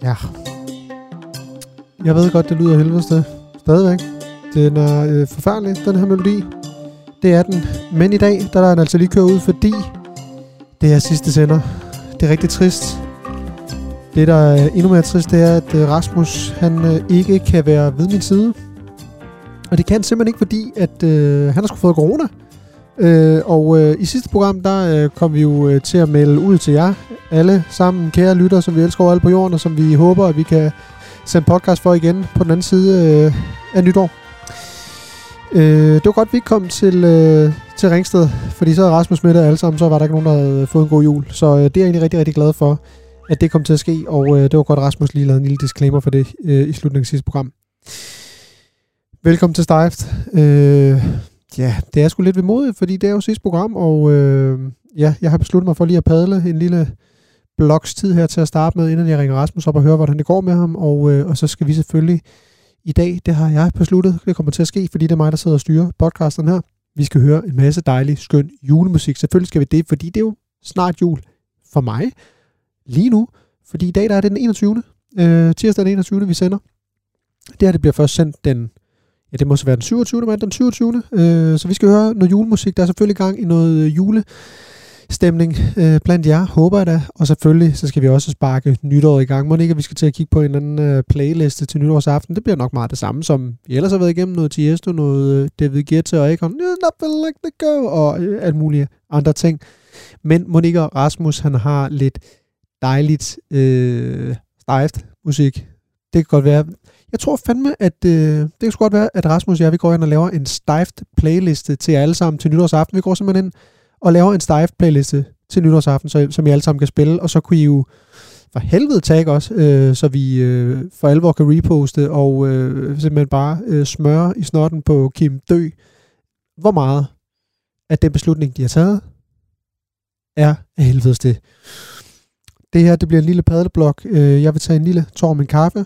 Ja. Jeg ved godt, det lyder helvedes stadigvæk. Den er forfærdelig, den her melodi. Det er den. Men i dag, der er den altså lige kørt ud, fordi det er sidste sender. Det er rigtig trist. Det, der er endnu mere trist, det er, at Rasmus, han ikke kan være ved min side. Og det kan han simpelthen ikke, fordi at han har sgu fået corona. I sidste program, der kom vi jo til at melde ud til jer alle sammen, kære lyttere, som vi elsker alle på jorden, og som vi håber, at vi kan sende podcast for igen på den anden side af nytår. Det var godt, vi ikke kom til Ringsted, fordi så havde Rasmus smittet alle sammen, så var der ikke nogen, der havde fået en god jul. Så det er jeg egentlig rigtig, rigtig glad for, at det kom til at ske, og det var godt, at Rasmus lige lavede en lille disclaimer for det i slutningen af sidste program. Velkommen til Stejft. Ja, det er sgu lidt vemodigt, fordi det er jo sidste program, og jeg har besluttet mig for lige at padle en lille bloks tid her til at starte med, inden jeg ringer Rasmus op og hører, hvordan det går med ham, og så skal vi selvfølgelig i dag, det har jeg besluttet, det kommer til at ske, fordi det er mig, der sidder og styrer podcasten her. Vi skal høre en masse dejlig, skøn julemusik. Selvfølgelig skal vi det, fordi det er jo snart jul for mig lige nu, fordi i dag der er det den 21. Tirsdag den 21. vi sender. Det her, det bliver først sendt den, ja, det må så være den 27. mand, den 27. Så vi skal høre noget julemusik. Der er selvfølgelig gang i noget julestemning blandt jer, håber jeg da. Og selvfølgelig, så skal vi også sparke nytåret i gang. Må ikke, at vi skal til at kigge på en anden playliste til nytårsaften. Det bliver nok meget det samme, som vi ellers har været igennem. Noget Tiesto, noget David Guetta og Akon, Nothing Like The Go, og alt mulige andre ting. Men Monika og Rasmus, han har lidt dejligt stejft musik. Det kan godt være. Jeg tror fandme, at det kan sgu godt være, at Rasmus og jeg, vi går ind og laver en stejft playliste til jer alle sammen til nytårsaften. Vi går simpelthen ind og laver en stejft playliste til nytårsaften, som I alle sammen kan spille, og så kunne I jo for helvede tagge os, så vi for alvor kan reposte og simpelthen bare smøre i snotten på Kim Dø. Hvor meget af den beslutning, de har taget, er af helvedes det. Det her, det bliver en lille padleblok. Jeg vil tage en lille tår med kaffe.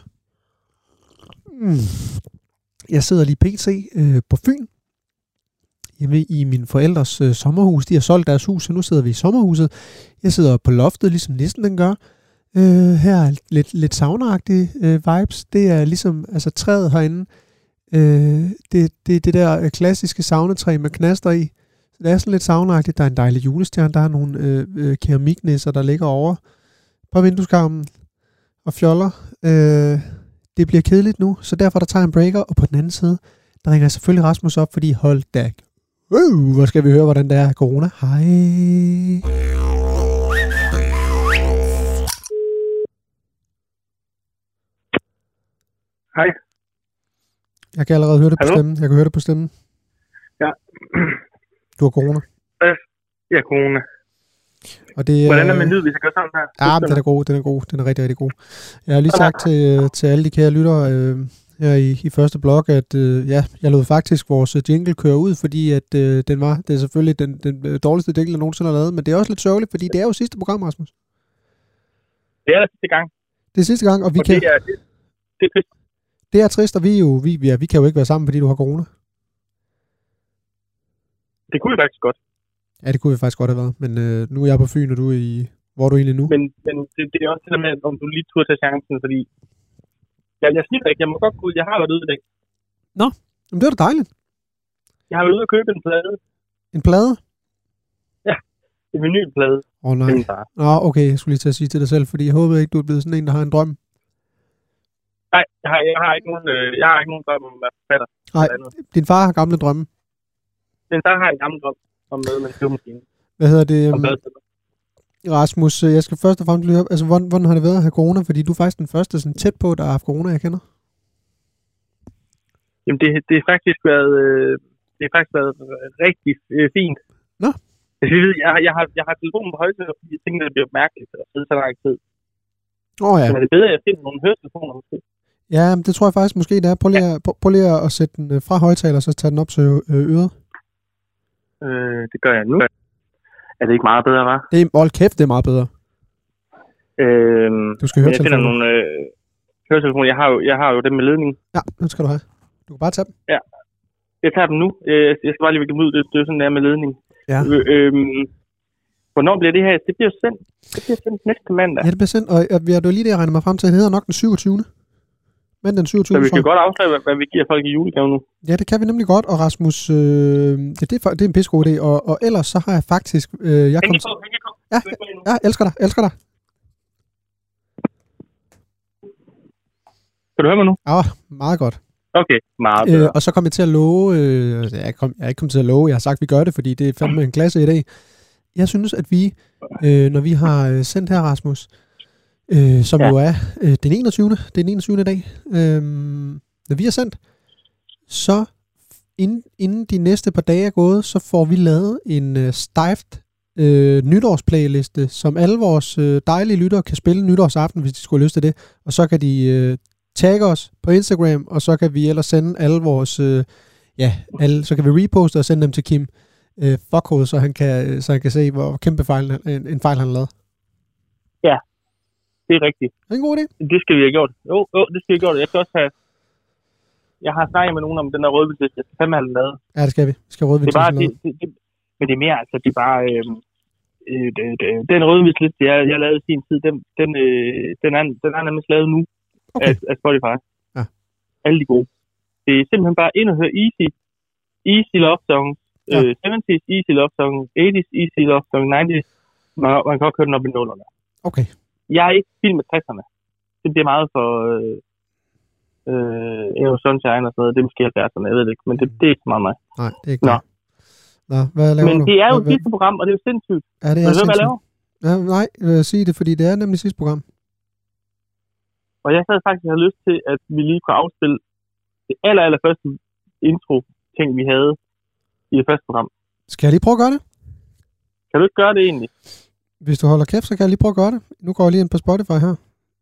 Jeg sidder lige pt. På Fyn. Hjemme i mine forældres sommerhus. De har solgt deres hus, så nu sidder vi i sommerhuset. Jeg sidder på loftet, ligesom nissen den gør. Her er lidt sauna-agtige vibes. Det er ligesom altså træet herinde. Det der klassiske saunetræ med knaster i. Så det er sådan lidt sauna-agtigt. Der er en dejlig julestjerne. Der er nogle keramiknisser, der ligger over på vindueskarmen og fjoller. Det bliver kedeligt nu, så derfor der tager en breaker, og på den anden side, der ringer jeg selvfølgelig Rasmus op, fordi hold da. Hvor skal vi høre, hvordan det er corona? Hej. Hej. Jeg kan allerede høre det på stemmen. Jeg kan høre det på stemmen. Ja. Du har corona. Ja, corona. Og det, hvordan er man lyd, hvis jeg gør sådan her? Ja, men den er god. Den er rigtig, rigtig god. Jeg har lige sagt til alle de kære lyttere her i første blog, at jeg lod faktisk vores jingle køre ud, fordi at det er selvfølgelig den dårligste jingle, jeg nogensinde har lavet, men det er også lidt sørgeligt, fordi det er jo sidste program, Rasmus. Det er sidste gang. Det er sidste gang, og vi kan... Det er trist. Det er trist, og vi kan jo ikke være sammen, fordi du har corona. Det kunne vi faktisk godt. Ja, det kunne vi faktisk godt have været, men nu er jeg på Fyn, og du er i... Hvor er du egentlig nu? Men det er også det der med, om du lige turde tage chancen, fordi... Jeg snitter ikke, jeg må godt gå ud, jeg har været ude i dag. Nå, men det var da dejligt. Jeg har været ude og købe en plade. En plade? Ja, en vinylplade. Nej. Nå, okay, jeg skulle lige til at sige til dig selv, fordi jeg håber ikke, du er blevet sådan en, der har en drøm. Nej, jeg har ikke nogen drøm om at være forfatter. Nej, din far har gamle drømme. Min far har en gammel drøm om noget med en købmaskine. Hvad hedder det? Rasmus, jeg skal først og fremmest lige høre, altså hvordan har det været at have corona? Fordi du er faktisk den første sådan tæt på, der har haft corona, jeg kender. Jamen det har faktisk været rigtig fint. Nå. Jeg har telefonen på højtaler, fordi jeg tænker, det bliver mærkeligt at sidde så lang tid. Ja. Så er det bedre, at jeg finder nogle høretelefoner måske? Ja, men det tror jeg faktisk måske, det er. Prøv lige at sætte den fra højtaler, så tage den op til øret. Det gør jeg nu. Er det ikke meget bedre, hva'? Hold kæft, det er meget bedre. Du skal høre telefonen. Jeg finder nogle høretelefoner. Jeg har jo dem med ledning. Ja, den skal du have. Du kan bare tage dem. Ja. Jeg tager dem nu. Jeg skal bare lige give dem ud. Det er sådan der med ledning. Ja. Hvornår bliver det her? Det bliver sendt. Det bliver sendt næste mandag. Ja, det bliver sendt, og vi har jo lige det, jeg regner mig frem til. Det hedder nok den 27. Men den 27. Så vi kan godt afsløre, hvad vi giver folk i julegave nu. Ja, det kan vi nemlig godt, og Rasmus, det er en pissegod idé, og ellers så har jeg faktisk... Hæng på. Ja, elsker dig. Kan du høre mig nu? Ja, meget godt. Okay, meget bedre. Og så kom jeg til at love, jeg er ikke kommet til at love, jeg har sagt, at vi gør det, fordi det er fandme en klasse i dag. Jeg synes, at vi, når vi har sendt her, Rasmus, som jo er den 21. Det er den 21. dag, når vi har sendt, så inden de næste par dage er gået, så får vi lavet en stejft nytårsplayliste, som alle vores dejlige lyttere kan spille nytårsaften, hvis de skulle have lyst til det, og så kan de tagge os på Instagram, og så kan vi ellers sende alle vores, så kan vi reposte og sende dem til Kim Fuckhoved, så han kan se, hvor kæmpe en fejl han har lavet. Ja, det er rigtigt. Det er en god idé. Det skal vi have gjort. Jo, det skal vi have gjort. Jeg skal også have... Jeg har snakket med nogen om den der rødbilsliste. Jeg skal fandme have den lavet. Ja, det skal vi. Vi skal rødbilslisten lavet. Men det er mere, altså, det er bare... den rødbilsliste, jeg lavede i sin tid, den er nemlig lavet nu af Spotify. Ja. Alle de gode. Det er simpelthen bare ind og høre easy love songs, 70's easy love songs, 80's easy love songs, 90's. Man kan godt køre den op i nullerne. Okay. Jeg er ikke vild med 60'erne. Det bliver meget for Aero Sunshine og sådan noget. Det er måske 70'erne, jeg ved det ikke. Men det er ikke så meget mig. Nej, det er ikke det. Nå, hvad laver men du? Det er jo sidste program, og det er jo sindssygt. Ja, det er sindssygt. Hvad laver? Ja, nej, sig det, fordi det er nemlig sidste program. Og jeg sad faktisk havde lyst til, at vi lige kunne afspille det allerførste intro-ting, vi havde i det første program. Skal jeg lige prøve at gøre det? Kan du ikke gøre det egentlig? Hvis du holder kæft, så kan jeg lige prøve at gøre det. Nu går jeg lige ind på Spotify her.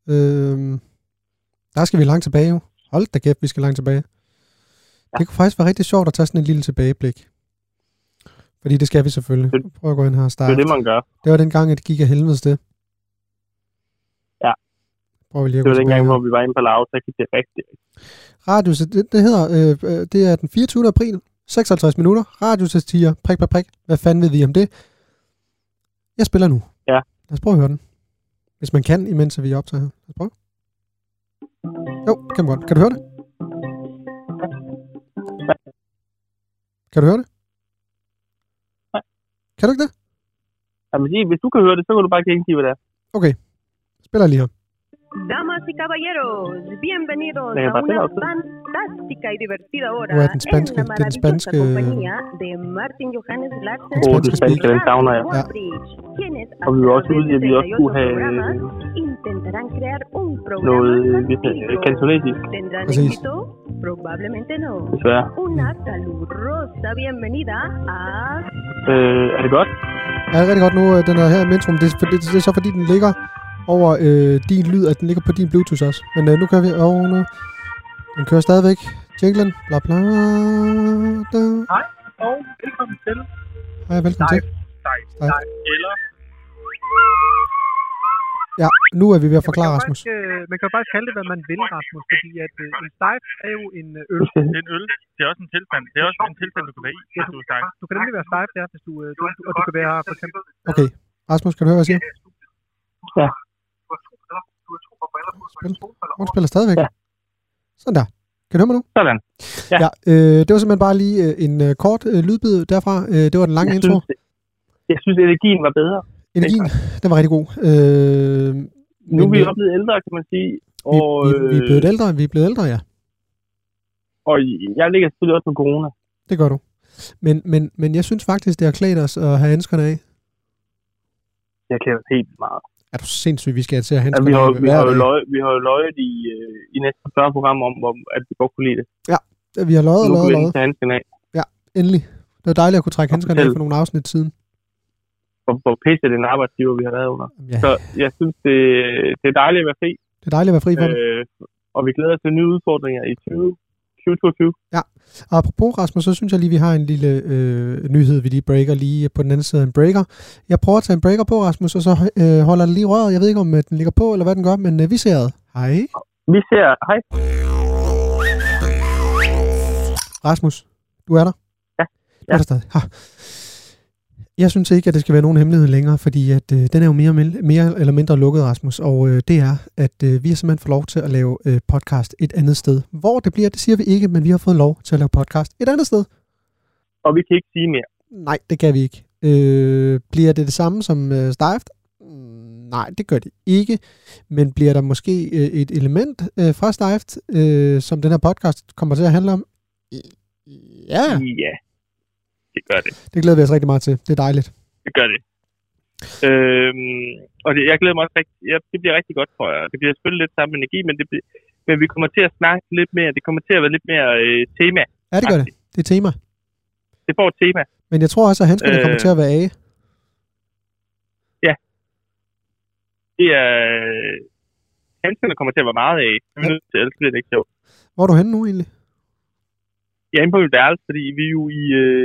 Der skal vi langt tilbage jo. Hold da kæft, vi skal langt tilbage. Ja. Det kunne faktisk være rigtig sjovt at tage sådan en lille tilbageblik. Fordi det skal vi selvfølgelig. Prøv at gå ind her og starte. Det er det, man gør. Det var den gang, at det gik af helvedes det. Ja. Prøver vi lige at det var den gang, hvor vi var inde på lav, så gik det rigtigt. Radius, det hedder, det er den 24. april, 56 minutter. Radiusatier, prik. Hvad fanden ved vi om det? Jeg spiller nu. Ja. Lad os prøve at høre den. Hvis man kan, imens vi optager her. Lad os prøve. Jo, kan man godt. Kan du høre det? Ja. Kan du høre det? Nej. Kan du ikke det? Jamen, hvis du kan høre det, så kan du bare gengive, hvad det er. Okay. Spiller lige her. Damas y caballeros, bienvenidos a una fantástica y divertida hora en la maravillosa compañía de Martin Johannes Larsen det spanske, den savner jeg. Ja. Quienes og vi var også ude i, at vi også kunne have intentarán crear un programa noget kantonesisk. ¿Tendrán éxito? Probablemente no. Desværre. Una calurosa bienvenida a... Er det godt? Ja, det er rigtig godt nu, den er her i Metrum. Det er så fordi, den ligger over din lyd, at den ligger på din Bluetooth også. Men nu kører vi over nu. Den kører stadigvæk. Jinglen. Bla bla. Da. Hej, og velkommen til. Hej, velkommen til. Stejf. Eller... Ja, nu er vi ved at forklare, Rasmus. Man kan jo faktisk kalde det, hvad man vil, Rasmus, fordi at en stejf er jo en øl. Det er en øl. Det er også en tilstand. Det er også en tilstand, du kan være i, hvis du er stejf. Du kan nemlig være stejf der, hvis du, og du kan være for eksempel... Okay. Rasmus, kan du høre, hvad jeg siger? Ja. Hun spiller stadigvæk. Ja. Sådan der. Kan du høre mig nu? Sådan. Ja, det var simpelthen bare lige en kort lydbid derfra. Det var den lange intro. Jeg synes, energien var bedre. Energien, den var rigtig god. Nu er vi jo blevet ældre, kan man sige. Og, vi er blevet ældre, ja. Og jeg ligger selvfølgelig også med corona. Det gør du. Men jeg synes faktisk, det har klædt os at have handskerne af. Jeg klæder os helt meget. Er du sindssygt, vi skal til at have handskerne af? Vi har jo løjet i næste 40 program om, at vi godt kunne lide det. Ja, vi har løjet. Nu kan vi tage handskerne af. Ja, endelig. Det var dejligt at kunne trække handskerne af for nogle afsnit siden. Hvor pisse den arbejdsgiver, vi har været under. Ja. Så jeg synes, det er dejligt at være fri. Det er dejligt at være fri for det. Og vi glæder os til nye udfordringer i 2022. Ja, og apropos Rasmus, så synes jeg lige, vi har en lille nyhed, vi lige breaker lige på den anden side af en breaker. Jeg prøver at tage en breaker på, Rasmus, og så holder den lige røret. Jeg ved ikke, om den ligger på, eller hvad den gør, men vi ser det. Hej. Vi ser, hej. Rasmus, du er der? Ja. Du er der stadig. Ha. Jeg synes ikke, at det skal være nogen hemmelighed længere, fordi at, den er jo mere eller mindre lukket, Rasmus, og det er, at vi har simpelthen fået lov til at lave podcast et andet sted. Hvor det bliver, det siger vi ikke, men vi har fået lov til at lave podcast et andet sted. Og vi kan ikke sige mere. Nej, det kan vi ikke. Bliver det samme som Stejft? Nej, det gør det ikke. Men bliver der måske et element fra Stejft, som den her podcast kommer til at handle om? Ja. Ja, det gør det. Det glæder vi os rigtig meget til. Det er dejligt. Det gør det. Og jeg glæder mig også rigtig. Det bliver rigtig godt, tror jeg. Det bliver selvfølgelig lidt samme energi, men vi kommer til at snakke lidt mere. Det kommer til at være lidt mere tema. Ja, det gør det. Det er tema. Det får et tema. Men jeg tror også, at handskerne kommer til at være af. Ja. Det er... Handskerne kommer til at være meget af. Ellers bliver det ikke sjovt. Hvor er du henne nu egentlig? Jeg er inde på mit værelse, fordi vi er jo i...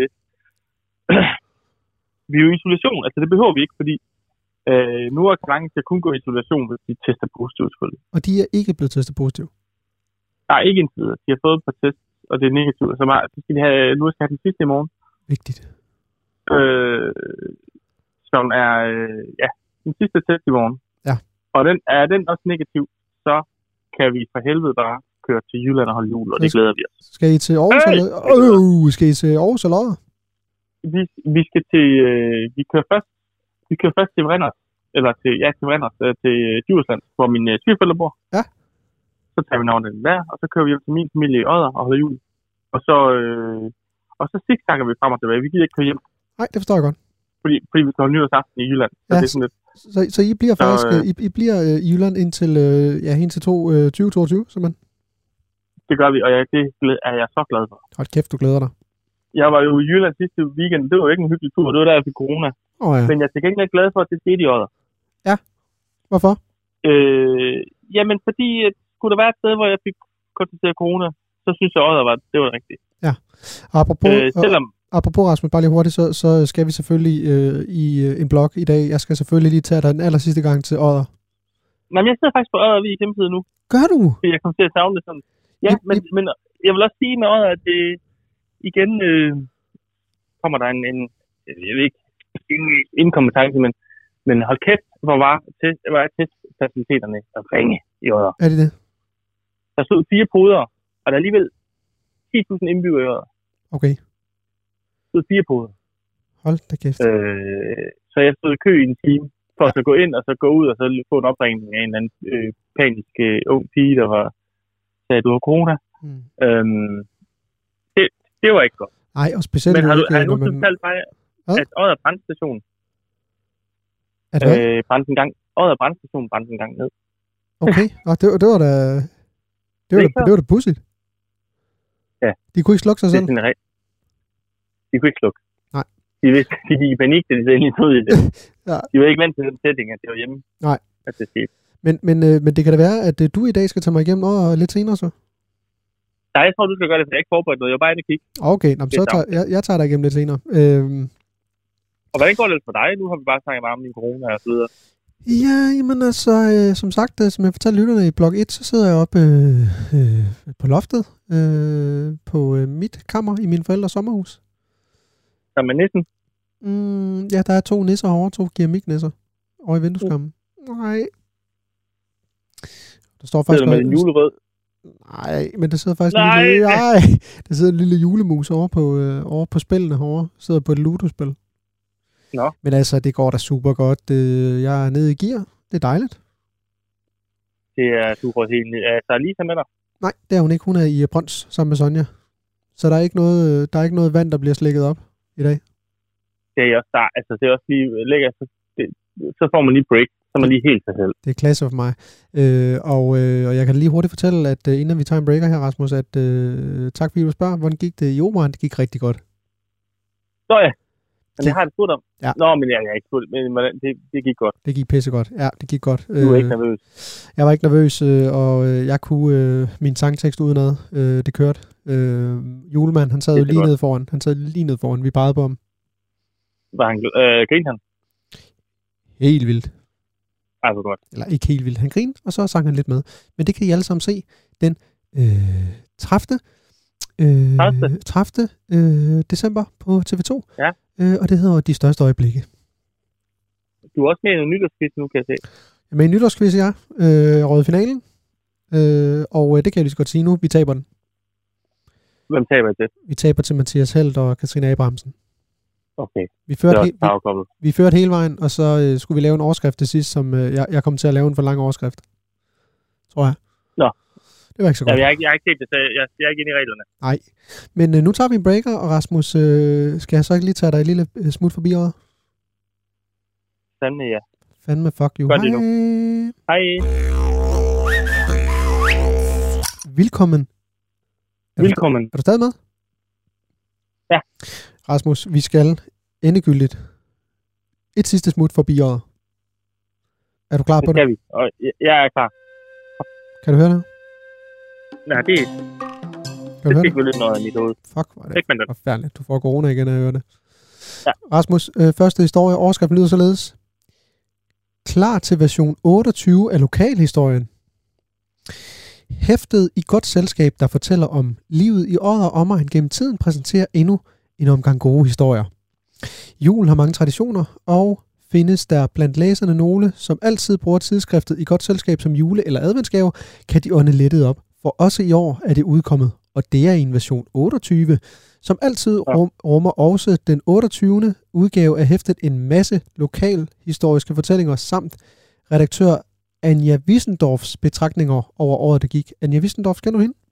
vi er jo i isolation. Altså, det behøver vi ikke, fordi nu er mange til at kun gå i isolation, hvis de tester positivt, selvfølgelig. Og de er ikke blevet testet positivt? Nej, ikke indtil videre. De har fået et par test, og det er negativt. Så skal de have, nu skal de have den sidste i morgen. Vigtigt. Som er, den sidste test i morgen. Ja. Og er den også negativ, så kan vi for helvede bare køre til Jylland og holde jul, og det glæder vi os. Skal I til Aarhus eller? Skal I til Aarhus eller Odder? Vi skal til, vi kører først til Vrinders, eller til Vrinders, til Djursland, hvor mine svigerforældre bor. Ja. Så tager vi over den der, og så kører vi hjem til min familie i Odder og holder jul. Og så zigzagger vi frem og tilbage. Vi gider ikke køre hjem. Nej, det forstår jeg godt. Fordi vi skal holde nytårsaften i Jylland. Så det er sådan lidt... Så I bliver faktisk I bliver i Jylland indtil 2022, simpelthen? Det gør vi, og det er jeg så glad for. Hold kæft, du glæder dig. Jeg var jo i Jylland sidste weekend. Det var jo ikke en hyggelig tur. Det var der, jeg fik corona. Ja. Men jeg er til gengæld glad for, at det skete i Odder. Ja. Hvorfor? Jamen, fordi skulle der være et sted, hvor jeg fik konstateret corona, så synes jeg, Odder det var rigtigt. Ja. Apropos Rasmus, bare lige hurtigt, så skal vi selvfølgelig i en blog i dag. Jeg skal selvfølgelig lige tage dig den aller sidste gang til Odder. Men jeg sidder faktisk på Odder ved hjemmeside nu. Gør du? Fordi jeg kommer til at savne det sådan. Ja, men jeg vil også sige med Odder, at det igen kommer der en jeg ved ikke, ingen kompetence, men hold kæft, hvor var testfaciliteterne at ringe i Odder. Er det det? Der stod 4 poder, og der er alligevel 10.000 indbyggere i Odder. Okay. Der stod 4 poder. Hold da kæft. Så jeg stod i kø i en time, for at så gå ind og så gå ud og så få en opringning af en eller anden panisk ung pige, der sagde, at du har corona. Det var ikke godt. Nej, og specielt... Men har du nogensinde fortalt mig, at Odder brandstation Odder brandstation brændte en gang ned? Okay, og det var da... Det var da pudsigt. Ja. De kunne ikke slukke sig selv? De kunne ikke slukke. Nej. De gik i panik, da de så endelig tog i det. Ja. De var ikke vant til den setting, at det var hjemme. Nej. At det skete. Men det kan da være, at du i dag skal tage mig igennem Odder lidt senere så? Nej, jeg tror, du skal gøre det, for jeg er ikke forberedt noget. Jeg var bare inde og kigge. Okay, så jeg tager dig igennem lidt senere. Og hvordan går det for dig? Nu har vi bare snakket meget om din corona og så videre. Ja, jamen altså, som sagt, som jeg fortalte lytterne i blog 1, så sidder jeg oppe på loftet på mit kammer i mine forældres sommerhus. Sammen med nissen? Ja, der er 2 nisser herovre, 2 keramiknisser over i vindueskammen. Nej. Der står faktisk... Sidder med en julerød? Nej, men der sidder faktisk der sidder en lille julemus over på spillene herovre. Sidder på et ludospil. Nå. Men altså, det går da super godt. Jeg er nede i gear. Det er dejligt. Det er super helt ned. Er Lisa med dig? Nej, det er hun ikke. Hun er i Brøns sammen med Sonja. Så der er ikke noget vand, der bliver slækket op i dag. Det er også altså det er også lige lækkert. Så får man lige break. Så er man lige helt sig selv. Det er klasse for mig. Og jeg kan lige hurtigt fortælle, at inden vi tager en breaker her, Rasmus, at tak fordi du spørger, hvordan gik det i operaen? Det gik rigtig godt. Så ja. Men det har jeg spurgt om. Ja. Nå, men jeg har ikke spurgt, men det gik godt. Det gik pissegodt. Ja, det gik godt. Du var ikke nervøs? Jeg var ikke nervøs, og jeg kunne min sangtekst udenad. Det kørte. Julemand, han sad jo lige nede foran. Han sad lige nede foran. Vi pegede på ham. Var han grinede han? Helt vildt. Altså godt. Eller ikke helt vildt. Han grinede, og så sang han lidt med. Men det kan I alle sammen se. Den 30. 30. December på TV2. Ja. Og det hedder De Største Øjeblikke. Du er også med i en nytårsquiz nu, kan jeg se. Jeg er med i en nytårsquiz, ja. Røde finalen. Og det kan jeg lige så godt sige nu. Vi taber den. Hvem taber til? Vi taber til Mathias Helt og Katrine Abrahamsen. Okay. Vi førte hele vejen, og så skulle vi lave en overskrift til sidst, som jeg kom til at lave en for lang overskrift. Tror jeg. Nå. Det var ikke så godt. Ja, jeg har ikke set det, så jeg er ikke inde i reglerne. Nej. Men nu tager vi en breaker, og Rasmus, skal jeg så ikke lige tage dig et lille smut forbi over? Fandme, ja. Fandme, fuck you. Gør det nu. Hej. Velkommen. Velkommen. Er du stadig med? Ja. Rasmus, vi skal endegyldigt et sidste smut forbi året. Er du klar på det? Det skal vi. Og jeg er klar. Kan du høre det? Nej, det fik vi lidt noget af mit hoved. Fuck, hvor er det forfærdeligt. Du får corona igen, når jeg hører det. Ja. Rasmus, første historie. Overskriften lyder således. Klar til version 28 af lokalhistorien. Hæftet i godt selskab, der fortæller om livet i Odder og omegn gennem tiden, præsenterer endnu en omgang gode historier. Jul har mange traditioner, og findes der blandt læserne nogle, som altid bruger tidsskriftet i godt selskab som jule- eller adventsgave, kan de ånde lettet op. For også i år er det udkommet, og det er i en version 28, som altid rummer også den 28. udgave af hæftet en masse lokal historiske fortællinger, samt redaktør Anja Wissendorfs betragtninger over året, der gik. Anja Wissendorf, kender du hende?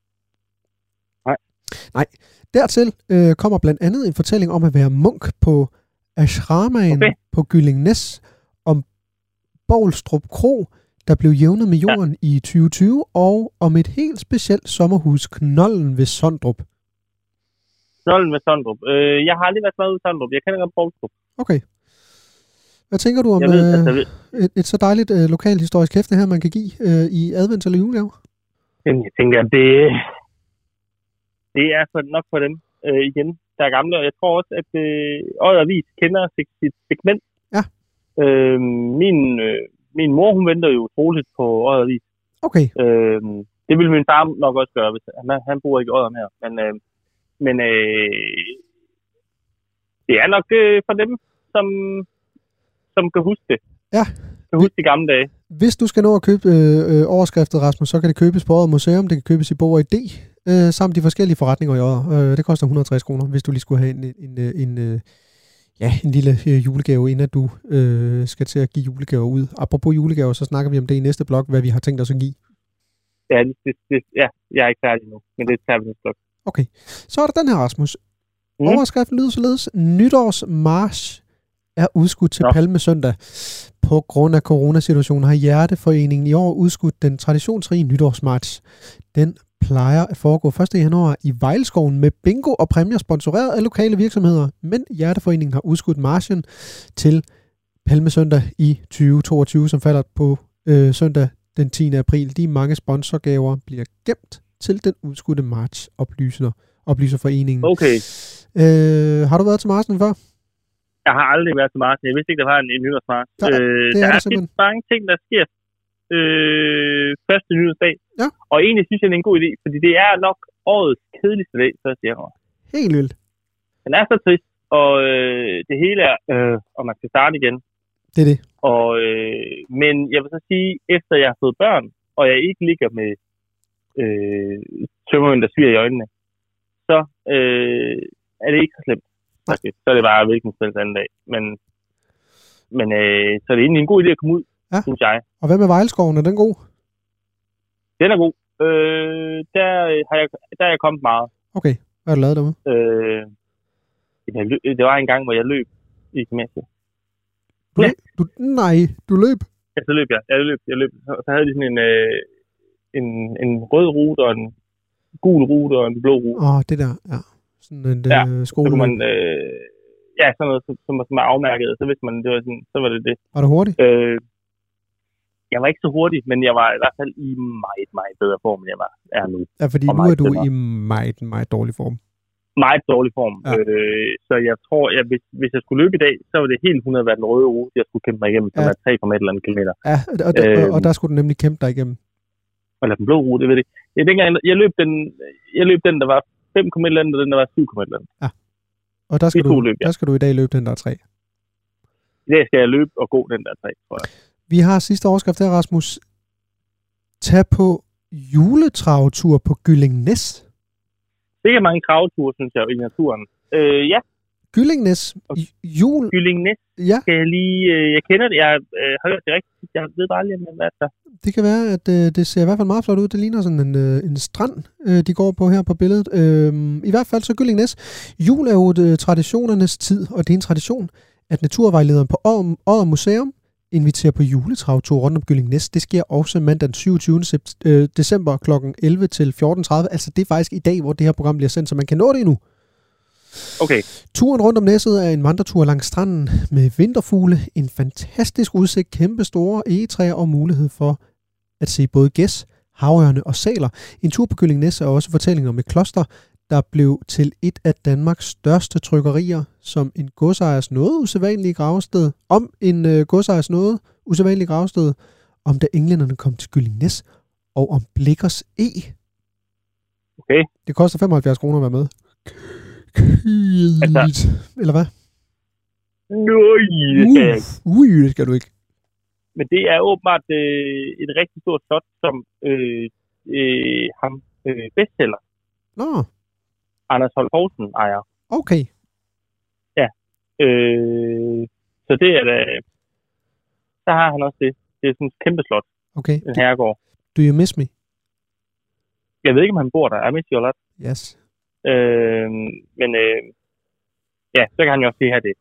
Nej. Dertil kommer blandt andet en fortælling om at være munk på ashramaen på Gyllingnæs, om Boulstrup Kro, der blev jævnet med jorden i 2020, og om et helt specielt sommerhus, Knollen ved Sondrup. Knollen ved Sondrup. Jeg har aldrig været med ud i Sondrup. Jeg kender godt Boulstrup. Okay. Hvad tænker du om et så dejligt lokalhistorisk hæfte her, man kan give i advents- eller julegave? Jamen, jeg tænker, at det er nok for dem igen, der er gamle. Og jeg tror også, at Odder Avis kender sit segment. Ja. Min mor, hun venter jo utroligt på Odder Avis. Okay. Det vil min far nok også gøre, hvis han bor ikke i Odder mere. Men det er nok for dem, som kan huske det. Ja. Kan huske de gamle dage. Hvis du skal nå at købe overskriftet, Rasmus, så kan det købes på Odder Museum, det kan købes i Bog og Idé, samt de forskellige forretninger i Odder. Det koster 160 kroner, hvis du lige skulle have en lille julegave, inden du skal til at give julegaver ud. Apropos julegaver, så snakker vi om det i næste blog, hvad vi har tænkt os at give. Ja, jeg er ikke færdig nu, men det tager vi næste blog. Okay, så er der den her, Rasmus. Overskriften lyder således: Nytårsmarch er udskudt til Palmesøndag. På grund af coronasituationen har Hjerteforeningen i år udskudt den traditionsrige nytårsmarch. Den plejer at foregå 1. januar i Vejlskoven med bingo og præmier sponsoreret af lokale virksomheder, men Hjerteforeningen har udskudt marchen til Palmesøndag i 2022, som falder på søndag den 10. april. De mange sponsorgaver bliver gemt til den udskudte march, oplyser foreningen. Okay. Har du været til marchen før? Jeg har aldrig været til marchen. Jeg vidste ikke, der var en nytårsmarch. Der er simpelthen mange ting, der sker første nytårsdag. Ja. Og egentlig synes jeg, det er en god idé, fordi det er nok årets kedeligste dag, 1. januar. Helt vildt. Den er så trist, og det hele er, og man skal starte igen. Det er det. Og, men jeg vil så sige, efter jeg har fået børn, og jeg ikke ligger med tømmermænd, der sviger i øjnene, så er det ikke så slemt. Okay. Så er det bare hvilken spils anden dag. Men så er det egentlig en god idé at komme ud, synes jeg. Og hvad med Vejlskoven? Er den god? Den er god. Der er jeg kommet meget. Okay. Hvad har du lavet derude? Det var en gang, hvor jeg løb i gymnasiet. Du løb? Ja, så løb jeg. Jeg løb. Så havde de sådan en rød rute, og en gul rute, og en blå rute. Det der, ja. Sådan en skole. Så kunne man, sådan noget, som er afmærket. Så vidste man, det var sådan, så var det. Var du hurtig? Jeg var ikke så hurtig, men jeg var i hvert fald i meget, meget bedre form, end jeg er nu. Ja, fordi nu er du i meget, meget dårlig form. Meget dårlig form. Ja. Så jeg tror, hvis jeg skulle løbe i dag, så var det helt 100 været den røde rute, jeg skulle kæmpe mig igennem, som er 3,1 kilometer. Ja, og der skulle du nemlig kæmpe dig igennem. Eller den blå rute, det ved jeg. Jeg løb den, der var 5,1, og den der var 7,1. Ja. Og der skal du i dag løbe den der 3. I dag skal jeg løbe og gå den der 3, tror jeg. Vi har sidste overskrift der, Rasmus. Tag på juletravtur på Gyllingnæs. Det er mange travture, synes jeg, i naturen. Ja. Gyllingnæs. Jul. Gyllingnæs. Ja. Jeg kender det. Jeg har hørt det rigtigt. Jeg ved bare lige, hvad det er. Det kan være, at det ser i hvert fald meget flot ud. Det ligner sådan en strand, de går på her på billedet. I hvert fald så Gyllingnæs. Jul er jo traditionernes tid, og det er en tradition, at naturvejlederen på Odder Museum inviterer på juletravtur rundt om Gyllingnæs. Det sker også mandag den 27. december kl. 11 til 14.30. Altså det er faktisk i dag, hvor det her program bliver sendt, så man kan nå det endnu. Okay. Turen rundt om Næsset er en vandretur langs stranden med vinterfugle, en fantastisk udsigt, kæmpe store egetræer og mulighed for at se både gæs, havørne og sæler. En tur på Gyllingnæs er også fortællinger om et kloster, der blev til et af Danmarks største trykkerier, som en godsejers noget usædvanlige gravsted, om da englænderne kom til Gyllingnæs, og om Blichers E. Okay. Det koster 75 kroner at være med. Eller hvad? Det skal du ikke. Men det er åbenbart et rigtig stort slot, som ham bestseller. Nå. Anders Holm Poulsen ejer. Okay. Ja. Så det er da... Så har han også det. Det er sådan et kæmpe slot. Okay. En herregård. Do you miss me? Jeg ved ikke, om han bor der. I miss you a lot. Yes. Men ja, så kan han jo også se her det.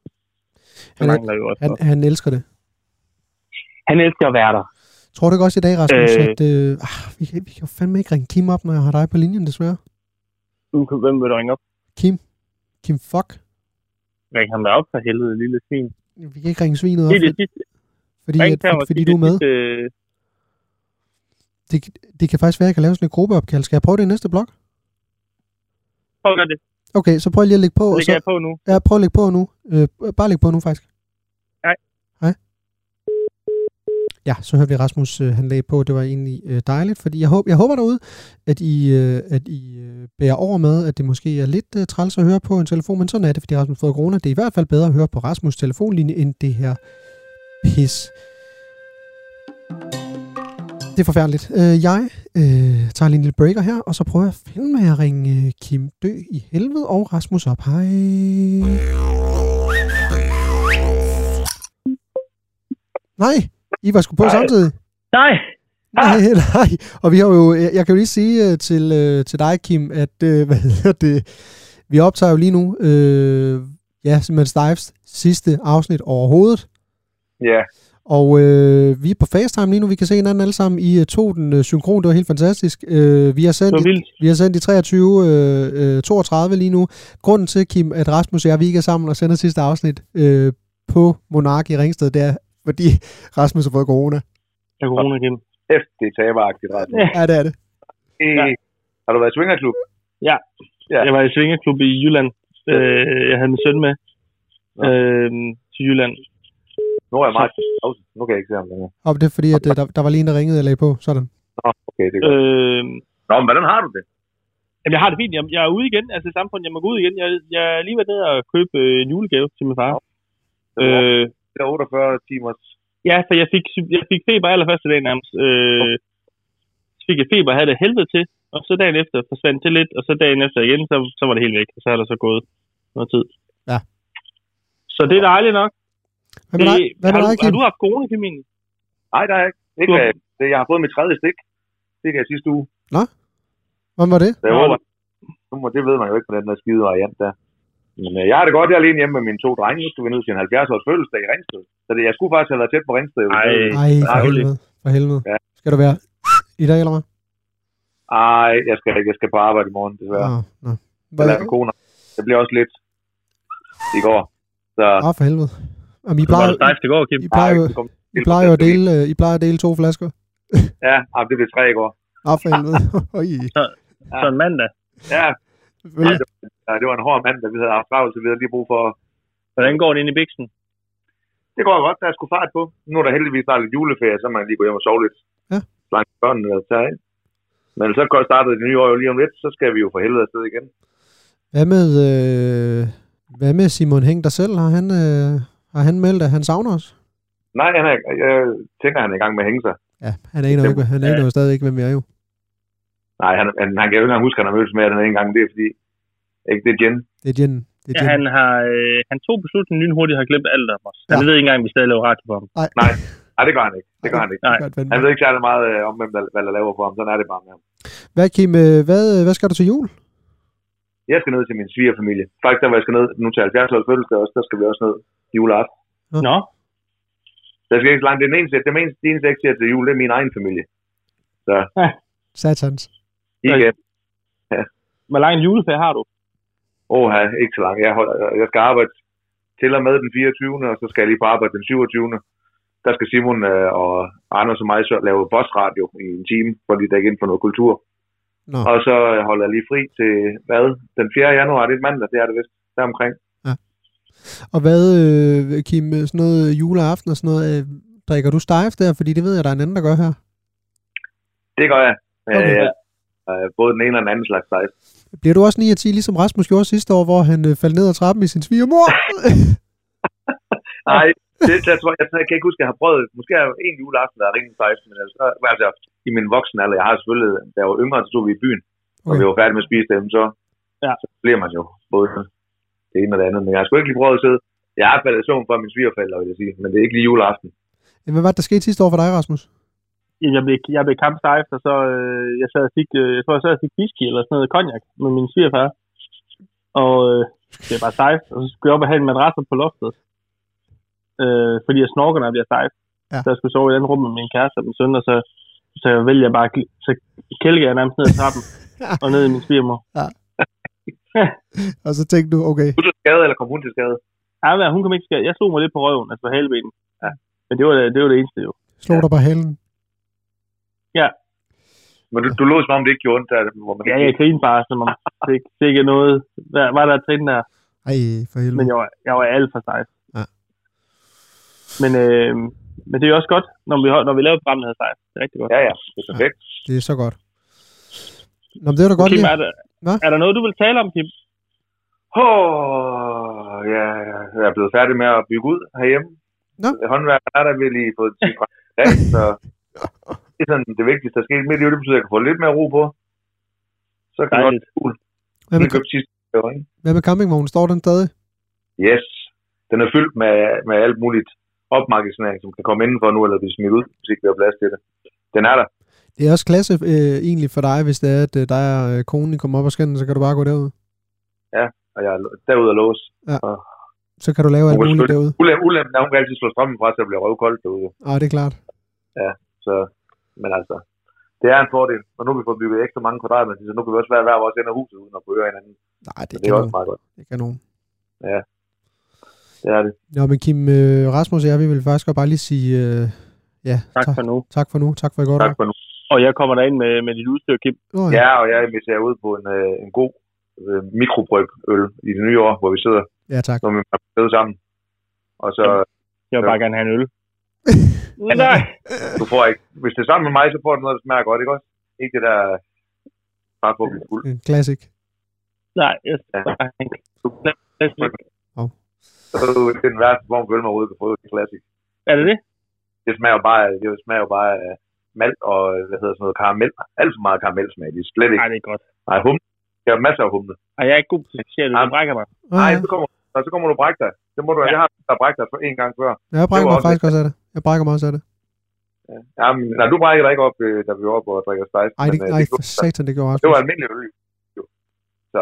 Han elsker det. Han elsker at være der. Tror du ikke også i dag, Rasmus, at vi kan jo fandme ikke ringe Kim op, når jeg har dig på linjen, desværre? Hvem vil du ringe op? Kim. Kim fuck. Ring ham da op for helvede, lille svin. Vi kan ikke ringe svinet op, fordi du er med. Det kan faktisk være, at jeg kan lave sådan et gruppeopkald. Skal jeg prøve det i næste blok? Prøv at gøre det. Okay, så prøv lige at lægge på. Lægger jeg på nu? Ja, prøv at lægge på nu. Bare lægge på nu, faktisk. Hej. Ja, så hørte vi Rasmus, han lagde på. Det var egentlig dejligt, fordi jeg håber derude, at I bærer over med, at det måske er lidt træls at høre på en telefon, men sådan er det, fordi Rasmus får corona. Det er i hvert fald bedre at høre på Rasmus' telefonlinje, end det her pis. Det er forfærdeligt. Jeg tager lige en lille breaker her, og så prøver jeg at finde med at ringe Kim Dø i helvede og Rasmus op. Hej. Nej, I var sgu på samtidig. Nej. Og vi har jo, jeg kan jo lige sige til dig, Kim, at vi optager jo lige nu, simpelthen Stives sidste afsnit overhovedet. Ja. Og vi er på FaceTime lige nu, vi kan se hinanden alle sammen. I tog den synkron, det var helt fantastisk. Vi har sendt i 23:32 lige nu. Grunden til, Kim, at Rasmus og jeg, vi ikke er sammen og sender sidste afsnit på Monark i Ringsted, det er, fordi Rasmus har fået corona. Ja, corona, Kim. Det er taberagtigt, Rasmus. Ja, det er det. Har du været i Svingerklub? Ja. Jeg var i Svingerklub i Jylland. Jeg havde min søn med til Jylland. Nu er jeg meget nu kan jeg ikke se ham længere. Og det er fordi, at der var lige en, der ringede og lagde på. Sådan. Okay, det er godt. Men hvordan har du det? Jamen, jeg har det fint. Jeg er ude igen. Altså i samfundet, jeg må gå ud igen. Jeg er lige været nede og købe en julegave til min far. Det er 48 timers. Ja, for jeg fik feber allerførste dag nærmest. Så fik jeg feber og havde det helvede til. Og så dagen efter forsvandt det lidt. Og så dagen efter igen, så var det helt væk. Og så er der så gået noget tid. Ja. Så det er dejligt nok. Har du haft corona, Kim? Nej, der er ikke. Jeg har fået mit 3. stik. Det kan jeg sidste uge. Nå? Hvordan var det? Det ved man jo ikke på den der skide variant der. Men jeg har det godt, jeg er alene hjemme med mine 2 drenge. Nu skulle vi ned til en 70-års fødselsdag i Ringsted. Så jeg skulle faktisk have været tæt på Ringsted. Nej, for helvede. Ja. Skal du være i dag, eller hvad? Nej, jeg skal ikke. Jeg skal på arbejde i morgen, desværre. Jeg lader med kone. Det bliver også lidt i går. Så... for helvede. Jamen, I plejer at dele 2 flasker. Ja, det blev 3 i går. For helvede. Så en mandag. Ja. Det var en hård mandag, vi havde haft travlt, så vi havde lige brug for... Hvordan går det inde i biksen? Det går godt, der er sgu fart på. Nu er der heldigvis snart lidt juleferie, så man lige gå hjem og sove lidt. Ja. Blandt børnene og tage ind. Men så starter det nye år jo lige om lidt, så skal vi jo for helvede afsted igen. Hvad med Simon Heng der selv? Har han meldt, at han savner os? Nej, jeg tænker, han er i gang med at hænge sig. Ja, han aner jo stadig ikke, hvem jeg er jo. Nej, han kan jo ikke engang huske, at han har mødtes med den en gang. Det er fordi, ikke det er Jen. Det er Jen. Ja, han tog beslutningen lynhurtigt og har glemt alt om os. Han ved ikke engang, at vi stadig laver radio for ham. Nej, det gør han ikke. Nej. Han ved ikke særlig meget om, hvem der laver for ham. Sådan er det bare med ham. Hvad, Kim, hvad skal du til jul? Jeg skal ned til min svigerfamilie. Faktisk der, hvor jeg skal ned nu til 70-års fødselsdag også, der skal vi også ned juleaften. Nå. Der skal ikke så langt. Det eneste, jeg ikke ser til jul, det er min egen familie. Så. Satans. Igen. Ja. Hvor lang en juleferie har du? Ikke så langt. Jeg skal arbejde til og med den 24. og så skal jeg lige på arbejde den 27. Der skal Simon og Anders og mig så lave bossradio i en time, hvor de dækker ind for noget kultur. Nå. Og så holder jeg lige fri til, den 4. januar, det er et mandag, det er det vist, deromkring. Ja. Og hvad, Kim, sådan noget juleaften og sådan noget, drikker du stejft der? Fordi det ved jeg, der er en anden, der gør her. Det gør jeg. Okay. Både den ene og den anden slags stejft. Bliver du også 9 af 10, ligesom Rasmus gjorde sidste år, hvor han faldt ned ad trappen i sin svigermor? Nej, jeg tror, jeg kan ikke huske, at jeg har prøvet, måske er jo en juleaften, der er rimelig stejft, men altså i min voksen alder, jeg har selvfølgelig, da jeg var yngre, så stod vi i byen, og vi var færdige med at spise dem, så bliver man jo både det ene og det andet, men jeg har sgu ikke lige prøvet at sidde. Jeg har faldet i søvn for min svigerforældre, vil jeg sige, men det er ikke lige juleaften. Hvad var det, der skete sidste år for dig, Rasmus? Jeg blev kampstejft, og så jeg tror, jeg fik whisky eller sådan noget cognac med min svigerfar. Og det er bare stejft, og så skulle jeg op og have en madras på loftet. Fordi jeg snorker, når jeg bliver stejft. Ja. Så jeg skulle sove i et andet rum med min kæreste og min søn, og så jeg vælger bare, så kælker jeg nærmest ned ad trappen og ned i min svigermor. Ja. Og så tænkte du, okay. Kom du til skade, eller kom hun til skade? Ja, hun kom ikke til skade. Jeg slog mig lidt på røven, altså på halebenen. Ja. Men det var det eneste jo. Slog dig på halen? Ja. Men du lå som om det ikke gjorde ondt der, hvor man... Ja, jeg grinede bare, som om det ikke er noget... Var der et trin der? Ej, for helvede. Men jeg var alt for stejf. Ja. Men det er jo også godt, når vi laver et program, der hedder stejf. Det er rigtig godt. Ja, det er perfekt. Ja, det er så godt. Nå, men det er da godt, Kim, er der noget, du vil tale om, Kim? Ja, jeg er blevet færdig med at bygge ud herhjemme. Nå. Håndværkeren er der ved lige fået til fra dag, så det er sådan det vigtigste, der sker. Midt i det betyder, at jeg kan få lidt mere ro på. Så kan det godt cool. Hvad med campingvognen? Står den stadig? Yes. Den er fyldt med alt muligt opmagasinering, som kan komme indenfor nu, eller blive smidt ud, hvis ikke vi har plads til det. Den er der. Det er også klasse egentlig for dig, hvis det er, at der er konen kommer op og skænden, så kan du bare gå derud. Ja, og jeg er derude og låse. Ja. Så kan du lave alt muligt derude. Ulempen er, hun kan altid slå strømmen fra, så det bliver røvkoldt derude. Det er klart. Ja, så, men altså, det er en fordel. Og nu har vi fået bygget ekstra mange kvadratmeter, så nu kan vi også være hver vores ende af huset, uden at kunne høre hinanden. Nej, det er også meget godt. Det kan nogen. Ja, det er det. Nå, men Kim, Rasmus og jeg, vi vil faktisk bare lige sige, tak for nu. Tak for nu. Tak for i går. Tak for nu. Og jeg kommer derind med dit udstyr, Kim. Ja, og jeg inviterer ud på en god mikrobryg-øl i det nye år, hvor vi sidder. Ja, tak. Når vi sidder sammen. Og så... Jeg vil bare gerne have en øl. Nej. Du får ikke... Hvis det er sammen med mig, så får du noget, der smager godt, ikke også? Ikke det der... Bare på at blive fuld. En classic. Nej, jeg skal bare have en classic. Så er det den værste form for øl, man overhovedet kan få. Det er classic. Er det det? Det smager jo bare af malt og, sådan noget, karamel. Alt for meget karamelsmag. Det er slet ikke... Nej, det er godt. Nej, humle. Jeg har masser af humle. Jeg er ikke god til at sige, du brækker mig. Nej, så kommer du brække dig. Det må du, jeg har brækket dig for en gang før. Ja, jeg brækker mig faktisk også af det. Jeg brækker mig også af det. Ja, nej, du brækker dig ikke op, da vi var oppe og drikker stejs. Nej, for satan, det gjorde også. Det var almindelig øl. Så.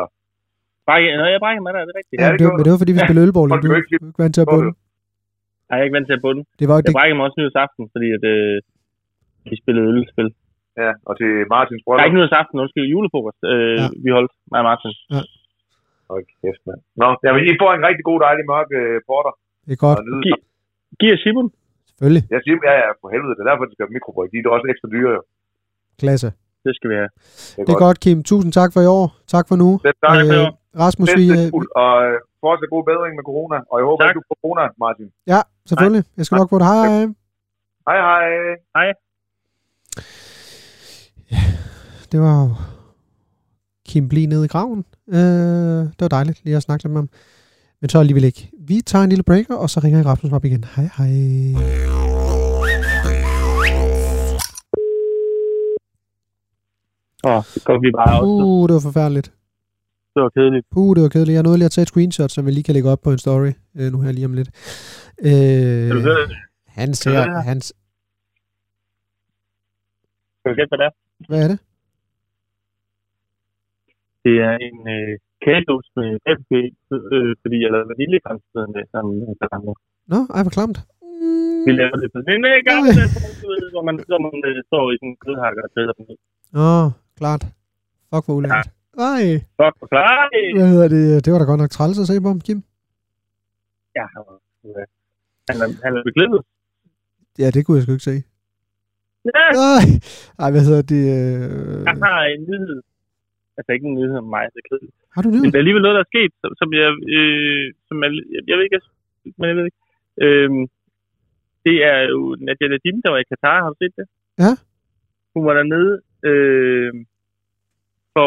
Jeg brækker mig der, det er rigtigt. Ja, men det var fordi, vi spillede ølbowl. Du er ikke vant til at bunde. Nej, jeg er ikke vant til at bunde. Jeg brækker mig også nyhedsaften, fordi at, vi spillede ølspil. Ja, og til Martins brødre. Der er ikke nyhedsaften, julefrokost, vi holdt mig og Martin. Ja. Okay, kæft, mand. Nå, jamen, I får en rigtig god, dejlig mørk porter. Det er godt. Giver Simon? Selvfølgelig. Ja, Simon, ja, for helvede. Det er derfor, de skal have mikrobryg. De er også ekstra dyre, jo. Klasse. Det skal vi have. Det er godt, Kim. Tusind tak for i år. Tak for nu. Tak for i år. Rasmus, og fortsat god bedring med corona. Og jeg håber, at du får corona, Martin. Ja, selvfølgelig. Jeg skal nok få det. Hej. Hej. Hej. Ja, det var jo Kim blive nede i graven. Det var dejligt lige at snakke lidt med ham. Men så alligevel ikke. Vi tager en lille breaker, og så ringer Rasmus op igen. Hej, hej. Det går vi bare også. Det var forfærdeligt. Det var kedeligt. Det var kedeligt. Jeg nåede lige at tage et screenshot, som vi lige kan lægge op på en story. Nu her lige om lidt. Han ser... Hans... Skal du gætte, hvad det er? Hvad er det? Det er en kagedås med æblekage, fordi jeg lavede vaniljekransen med sammen med karamel. Nå, ej, hvor klamt. Vi laver det på den gamle, hvor man står i sådan en kødhakker og tæller på det. Klart. Fuck for ulækkert. Ej. Fuck for klart. Hvad hedder det? Det var da godt nok træls at se på ham, Kim. Ja, han er beklædet. Ja, det kunne jeg sgu ikke se. Ja. Ej, hvad hedder det? Jeg har en nyhed. Altså ikke en nyhed om mig, det er kedeligt. Har du nyhed? Men det er alligevel noget, der er sket, som jeg ved ikke, men jeg ved ikke. Det er jo Nadia Nadim, der var i Katar. Har du set det? Ja. Hun var dernede for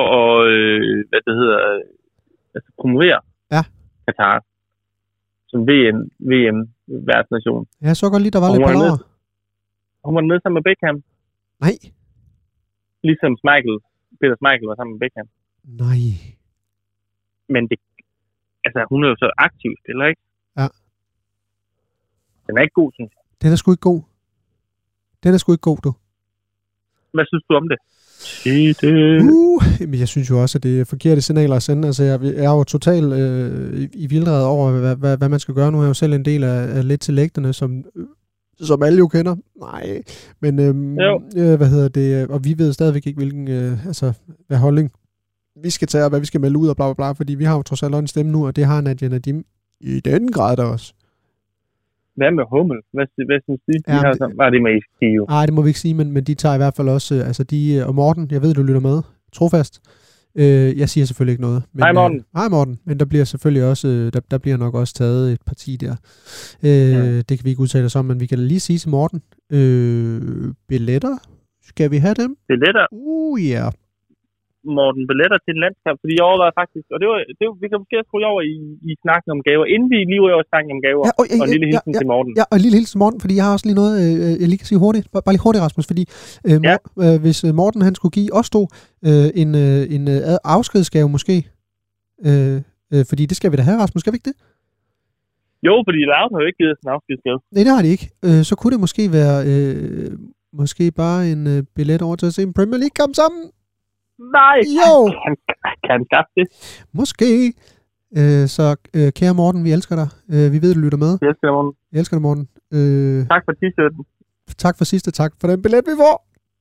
at promovere Katar som VM-værtsnation. Ja, så godt lige, der var lidt ballader. Hun var dernede sammen med Beckham. Nej. Ligesom Peter Schmeichel var sammen med Beckham. Nej. Men det, altså hun er jo så aktiv spiller, ikke? Ja. Den er ikke god, synes jeg. Den er sgu ikke god, du. Hvad synes du om det? Men jeg synes jo også, at det er forkerte signaler at sende. Altså, jeg er jo totalt i vildrede over, hvad man skal gøre. Nu er jeg jo selv en del af lidt til lægterne, som alle jo kender. Nej, men hvad hedder det? Og vi ved stadigvæk ikke, hvilken hvad holdning vi skal tage, og hvad vi skal melde ud, og bla bla bla, fordi vi har jo trods alt en stemme nu, og det har Nadia Nadim i den grad der også. Hvad med Hummel? Hvad synes de? Var det med i Skive? Nej, det må vi ikke sige, men de tager i hvert fald også, og Morten, jeg ved, du lytter med, trofast. Jeg siger selvfølgelig ikke noget. Men, hej Morten. Men der bliver selvfølgelig også, der bliver nok også taget et parti der. Det kan vi ikke udtale os om, men vi kan lige sige til Morten, billetter, skal vi have dem? Billetter? Ja. Morten, billetter til en landskamp, fordi jeg overvejede faktisk, og det var, vi kan måske skrive over i snakken om gaver, inden vi lige over snakken om gaver, og en lille hilsen til Morten. Ja, og en lille hilsen til Morten, fordi jeg har også lige noget, jeg lige kan sige hurtigt, bare lige hurtigt, Rasmus, fordi hvis Morten han skulle give os to en afskedsgave måske, fordi det skal vi da have, Rasmus, skal vi ikke det? Jo, fordi Loud har jo ikke givet os en afskedsgave. Nej, det har de ikke. Så kunne det måske være, måske bare en billet over til at se en Premier League kamp sammen. Nej, jo. Kan han skaffe det? Måske. Så kære Morten, vi elsker dig. Vi ved, du lytter med. Jeg elsker dig, Morten. Jeg elsker dig, Morten. Tak for t-shirten. Tak for sidste, tak for den billet, vi får.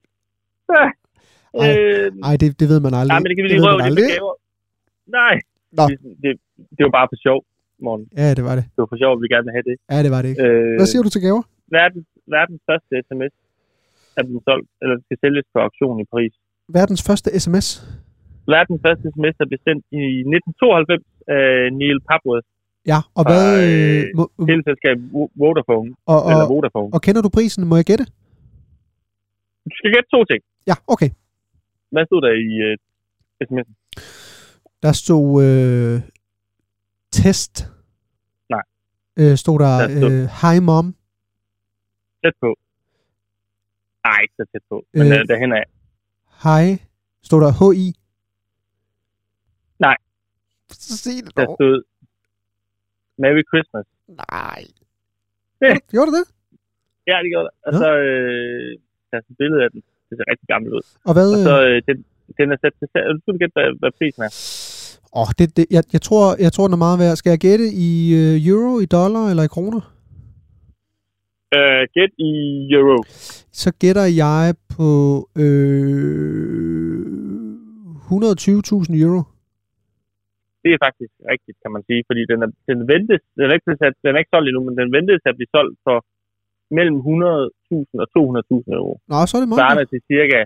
Ej, det ved man aldrig. Nej, men det kan vi lige røve det med gaver. Nej, det var bare for sjov, Morten. Ja, det var det. Det var for sjov, at vi gerne vil have det. Ja, det var det ikke. Hvad siger du til gaver? Verdens første sms er blevet solgt, eller skal sælges på auktion i Paris. Verdens første sms? Verdens første sms er bestemt i 1992 af Neil Papworth. Ja, og hvad... Teleselskab Vodafone. Vodafone. Og kender du prisen? Må jeg gætte? Du skal gætte 2 ting. Ja, okay. Hvad stod der i sms'en? Der stod test. Nej. Stod der hi mom. Tæt på. Nej, ikke så tæt på. Men derhen af. Hej. Stod der H-I? Nej. Så sig det dog. Der stod Merry Christmas. Nej. Gjorde det? Ja, det gjorde det. Og så der er et billede af den. Det ser rigtig gammelt ud. Og hvad? Og så den er sat til salg. Du skal gætte, hvad prisen er. Jeg tror, den er meget værd. Skal jeg gætte i euro, i dollar eller i kroner? Gæt i euro. Så gætter jeg på 120.000 euro. Det er faktisk rigtigt, kan man sige, fordi den er ikke solgt endnu, men den ventes at blive solgt for mellem 100.000 og 200.000 euro. Nå, så er det meget. Svarende til cirka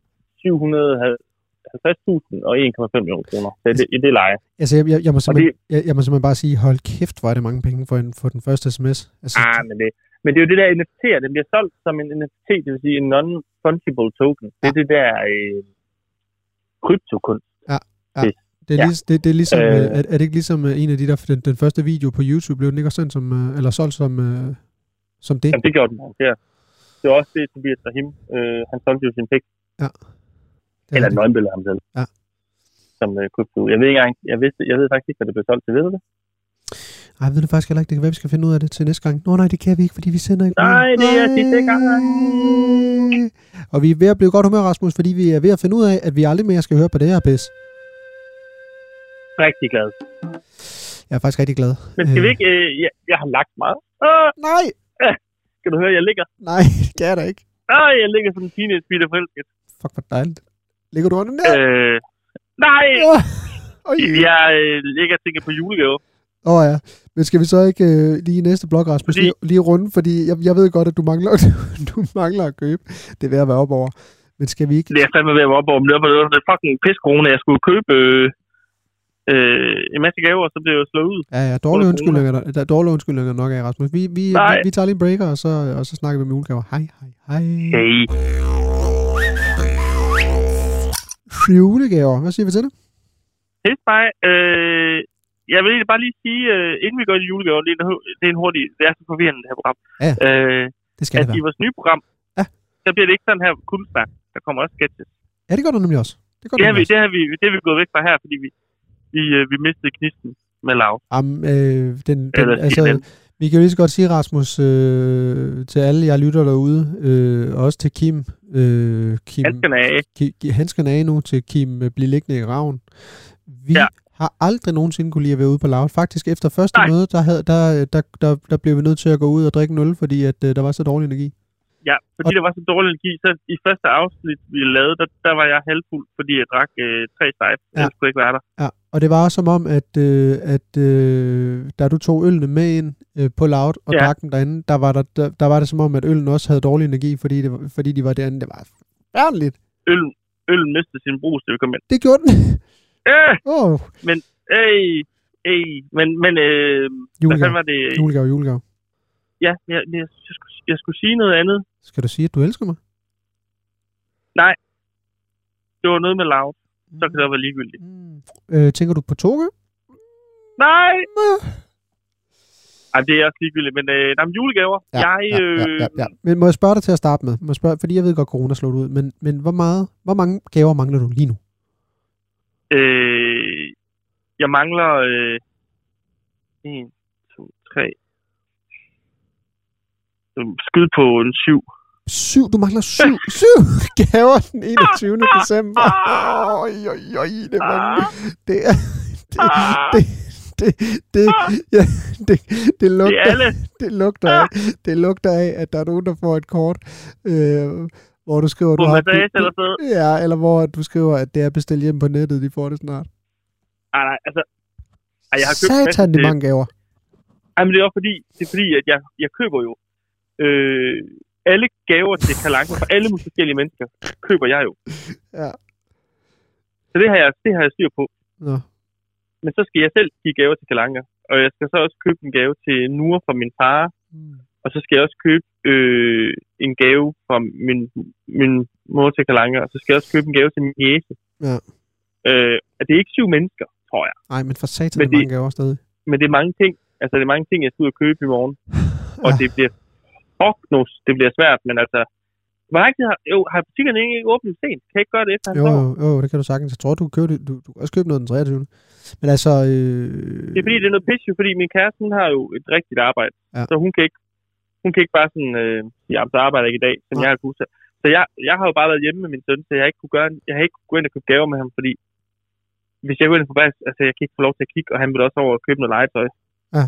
750.000 og 1,5 millioner kroner. Det leje. Altså, jeg må simpelthen bare sige, hold kæft, hvor er det mange penge for den første sms. Altså, men det er jo det der NFT'er. Den bliver solgt som en NFT, det vil sige en non-fungible token. Det er det der kryptokunst. Ja. Ja. Det er ligesom, er det ikke ligesom en af de der, den første video på YouTube, blev den ikke også sendt som, eller solgt som det? Ja, det gjorde den, ja. Det var også det, Tobias Rahim, han solgte jo sin pik. Ja. Eller et nøgenbillede af ham selv. Ja. Som købte ud. Jeg ved faktisk ikke, hvad det blev solgt til, ved du det? Nej, jeg ved det faktisk heller ikke. Det kan være, vi skal finde ud af det til næste gang. Nej, det kan vi ikke, fordi vi sender ikke. Nej, det er sidste gang. Og vi er ved at blive godt humør, Rasmus, fordi vi er ved at finde ud af, at vi aldrig mere skal høre på det her pis. Rigtig glad. Jeg er faktisk rigtig glad. Men skal vi ikke... jeg har lagt meget. Nej! Skal du høre, jeg ligger? Nej, det kan jeg da ikke. Jeg ligger som en teenage-bitter forelsket. Fuck, hvor dejligt. Ligger du under der? Nej! Jeg ligger og tænker på julegave. Ja. Men skal vi så ikke lige i næste blog, Rasmus, lige runde? Fordi jeg ved godt, at du mangler at købe. Det er ved at være op over. Men skal vi ikke... Det er fandme ved at være op over. Men det var fucking pis-corona. Jeg skulle købe en masse gaver, og så blev jeg slået ud. Ja, dårlige undskyldninger. Der er dårlige undskyldninger nok af, Rasmus. Vi tager lige en breaker, og så snakker vi med julegaver. Hej. Hey. Julegaver. Hvad siger vi til det? Hej, mig. Jeg vil egentlig bare lige sige, inden vi går til julegaver, det er en hurtig, det er så forvirrende, det her program. Ja, det skal det være. I vores nye program, så bliver det ikke sådan her kunstværk. Der kommer også sketches. Ja, det gør der nemlig også. Det har vi gået væk fra her, fordi vi mistede knisten med Lav. Vi kan jo lige så godt sige, Rasmus, til alle jer lytter derude, og også til Kim. Hanskerne af nu til Kim Bliv liggende i raven. Vi har aldrig nogensinde kunne lide at være ude på Loud. Faktisk efter første møde, der blev vi nødt til at gå ud og drikke en øl, fordi at der var så dårlig energi. Ja, fordi der var så dårlig energi, så i første afsnit, vi lavede, der var jeg halvfuld, fordi jeg drak 3 stejf. Jeg skulle ikke være der. Ja, og det var som om, at da du tog ølene med ind på Loud og drak dem derinde, der var det som om, at øllen også havde dårlig energi, fordi de var derinde. Det var færdeligt. Øllen mistede sin brus, da vi kom ind. Det gjorde den. Men, hvad fanden var det? Julegave. Ja, jeg skulle sige noget andet. Skal du sige, at du elsker mig? Nej. Det var noget med Loud. Så kan det være ligegyldigt. Tænker du på Toge? Nej! Ej, det er også ligegyldigt, men der er julegaver. Ja. Men må jeg spørge dig til at starte med? Fordi jeg ved godt, corona slår ud. Men hvor mange gaver mangler du lige nu? Jeg mangler 1, 2, 3. Skyd på en 7. 7? Du mangler 7 gaver den 21. december. Det er mange. Det lugter af, at der er nogen, der får et kort, hvor du skriver, du har... eller hvor du skriver, at det er bestilt hjem på nettet, de får det snart. Nej, altså... Jeg har købt satan, de mange gaver. Ej, men det er også fordi, at jeg køber jo alle gaver til Kalanka for alle forskellige mennesker, køber jeg jo. Ja. Så det har jeg styr på. Nå. Men så skal jeg selv give gaver til Kalanka. Og jeg skal så også købe en gave til Nur fra min far. Og så skal jeg også købe en gave fra min mor til Kalanka. Og så skal jeg også købe en gave til min jæse. Ja. Det er ikke 7 mennesker, tror jeg. Nej, men for satan er mange gaver stadig. Men det er mange ting. Altså, det er mange ting, jeg skal ud og købe i morgen. Og det bliver svært, men altså... Har butikkerne ikke åbnet sent? Kan jeg ikke gøre det efter han står? Jo, det kan du sagtens. Jeg tror, du kan også købe noget den 23. Men altså... Det er fordi, det er noget pisse, fordi min kæreste, hun har jo et rigtigt arbejde. Ja. Så hun kan ikke bare sådan... så arbejder jeg ikke i dag, som jeg har kunnet. Så jeg har jo bare været hjemme med min søn, så jeg har ikke kunne gå ind og købe gaver med ham, fordi... Hvis jeg går ind på bas, altså jeg kan ikke få lov til at kigge, og han vil også over og købe noget legetøj. Ja.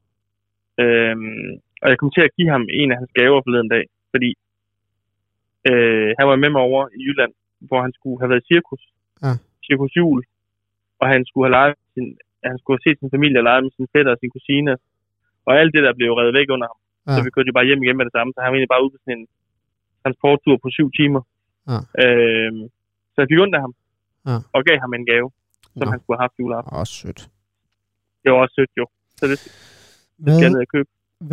Og jeg kom til at give ham en af hans gaver forleden dag, fordi han var med mig over i Jylland, hvor han skulle have været i cirkus. Ja. Cirkus Jul. Og han skulle have set sin familie og leget med sin fætter og sin kusine. Og alt det der blev revet væk under ham. Ja. Så vi kørte jo bare hjem igen med det samme, så han var egentlig bare ude på sådan en transporttur på 7 timer. Ja. Så jeg fik ondt af ham. Ja. Og gav ham en gave, som han skulle have haft juleaften. Sødt. Det var også sødt, jo. Så det skal jeg ned og købe.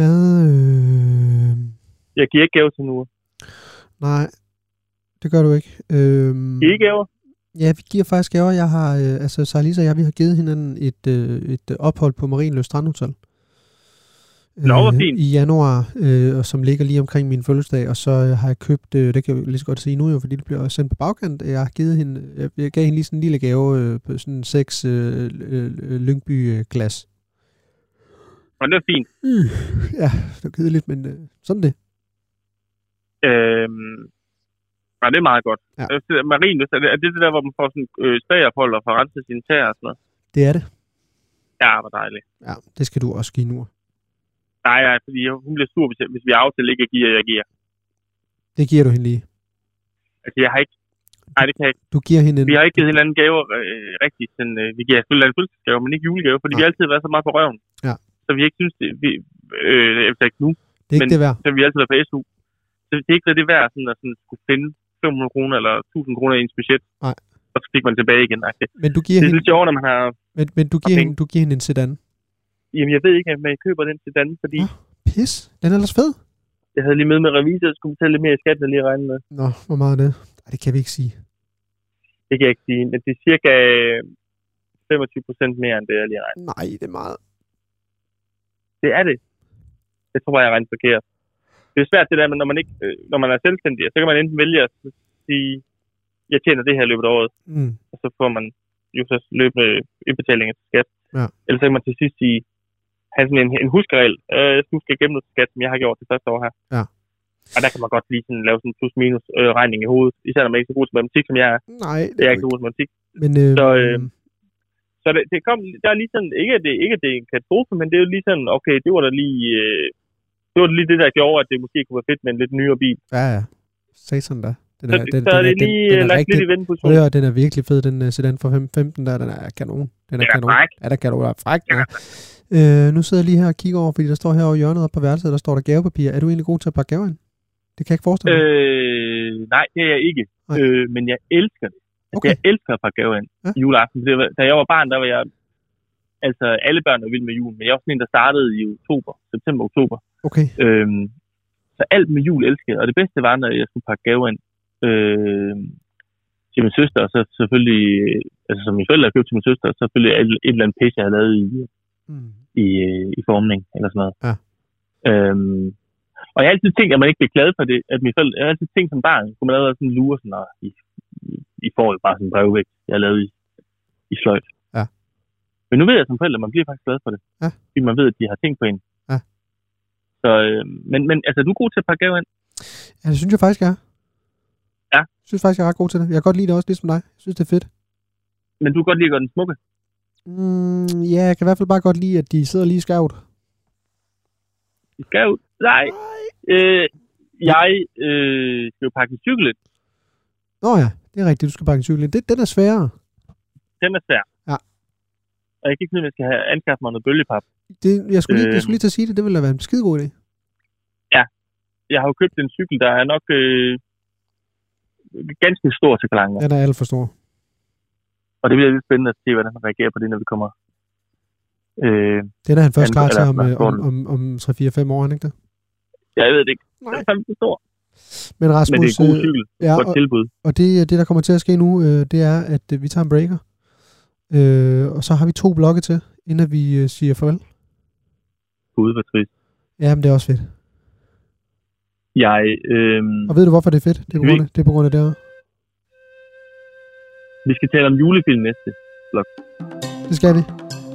Jeg giver ikke gave til nu. Nej, det gør du ikke. Giver I gaver? Ja, vi giver faktisk gaver. Jeg har, Sarlisa og jeg, vi har givet hinanden et ophold på Marienløs Strandhotel. Fint. I januar, og som ligger lige omkring min fødselsdag, og så har jeg købt, det kan jeg lige så godt sige nu jo, fordi det bliver sendt på bagkant. Jeg har givet hende, jeg gav hende lige sådan en lille gave på sådan 6 Lyngby-glas. Og det er fint. Ja, det er kedeligt, men sådan det. Ja, det er meget godt. Ja. Marienløs, er det der, hvor man får sådan spagophold og får renset sine tæer og sådan noget? Det er det. Ja, hvor dejligt. Ja, det skal du også give nu. Nej, fordi hun bliver sur, hvis vi aftale ikke giver, jeg giver. Det giver du hende lige. Altså, jeg har ikke... Nej, det kan jeg ikke. Du giver hende Vi har ikke givet hinanden gaver rigtigt. Vi giver selvfølgelig en fødselsdagsgave, men ikke julegave, fordi vi altid har været så meget på røven. Ja. Så vi ikke synes, efter ikke nu. Det er ikke det værd. Så vi altid været på SU. Så det er ikke det værd sådan, at sådan, skulle finde 500 kroner eller 1000 kroner i ens budget. Nej. Og så fik man tilbage igen. Men du giver det er lidt sjovt, når man har... Men du giver hende en sedan. Jamen, jeg ved ikke, om jeg køber den sedan, fordi... Pis. Den er ellers fed. Jeg havde lige med revisor, jeg skulle betale lidt mere i skat, jeg lige regne med. Nå, hvor meget er det? Ej, det kan vi ikke sige. Det kan jeg ikke sige, men det er cirka 25% mere, end det jeg lige regner. Nej, det er meget. Det er det. Jeg tror, jeg regner forkert. Det er svært det der, men når man er selvstændig, så kan man enten vælge at sige, jeg tjener det her løbet af året, og så får man jo så løbende indbetalinger til skat. Ja. Eller så kan man til sidst sige, have sådan en huskeregel. Jeg skal gemme noget til skat, som jeg har gjort det første år her. Ja. Og der kan man godt lige sådan lave sådan en plus-minus regning i hovedet, især når man ikke er så god til matematik, som jeg er. Nej, det er ikke så god til matematik. Men, så det kom, der er lige sådan, ikke at det er en katastrofe, men det er jo lige sådan, okay, det var lige det, der gjorde, at det måske kunne være fedt med en lidt nyere bil. Ja. Satan da. Den er lige lagt lidt i venteposition. Ja, den er virkelig fed, den sedan for 15 der, den er kanon. Den er kanon. Ja, der kan du være fræk. Ja. Nu sidder jeg lige her og kigger over, fordi der står herovre i hjørnet op på værelset, der står der gavepapir. Er du egentlig god til at pakke gaver ind? Det kan jeg ikke forestille mig. Nej, det er jeg ikke. Men jeg elsker det. Okay. Jeg elsker at pakke gaver ind i juleaften. Da jeg var barn, der var jeg... Altså, alle børn er vilde med jul, men jeg var sådan en, der startede i september-oktober. Okay. Så alt med jul elskede jeg. Og det bedste var, når jeg skulle pakke gaver ind til min søster, og så selvfølgelig, altså som mine forældre har købt til min søster, og så selvfølgelig et eller andet pisse, jeg havde lavet i formning, eller sådan noget. Ja. Og jeg har altid tænkt, at man ikke bliver glad for det, at mine forældre, jeg har altid tænkt som barn, kunne man lave sådan en lure, sådan, og I får jo bare sådan en brevvægt, jeg har lavet i sløjt. Ja. Men nu ved jeg som forældre, man bliver faktisk glad for det. Ja. Fordi man ved, at de har tænkt på en. Ja. Så, men altså, du er god til at pakke gaver ind? Ja, det synes jeg faktisk, jeg er. Ja. Jeg synes faktisk, jeg er ret god til det. Jeg kan godt lide det også, ligesom dig. Jeg synes, det er fedt. Men du kan godt lide at gøre den smukke? Ja, jeg kan i hvert fald bare godt lide, at de sidder lige skævt. Skævt? Nej. Jeg skal jo pakke en cykel ind. Nå ja, det er rigtigt, du skal pakke en cykel ind. Den er sværere. Den er svær. Ja. Og jeg kan ikke vide, at jeg skal anskaffe mig noget bølgepap. Jeg skulle lige til at sige det. Det ville da være en skidegod idé. Ja. Jeg har jo købt en cykel, der er nok ganske stor til Kalanger. Den er alt for stor. Og det bliver lidt spændende at se, hvordan han reagerer på det, når vi kommer. Den er han først klar til om 3-4-5 år, han ikke det? Jeg ved det ikke. Den er fandme stor. Men Rasmus, men det er en god cykel. Godt tilbud. Og det, der kommer til at ske nu, det er, at vi tager en breaker. Og så har vi 2 blokke til, inden vi siger farvel. Gud, hvor trist. Ja, men det er også fedt. Og ved du, hvorfor det er fedt? Det er på grund af det her. Vi skal tale om julefilm næste blok. Det skal vi.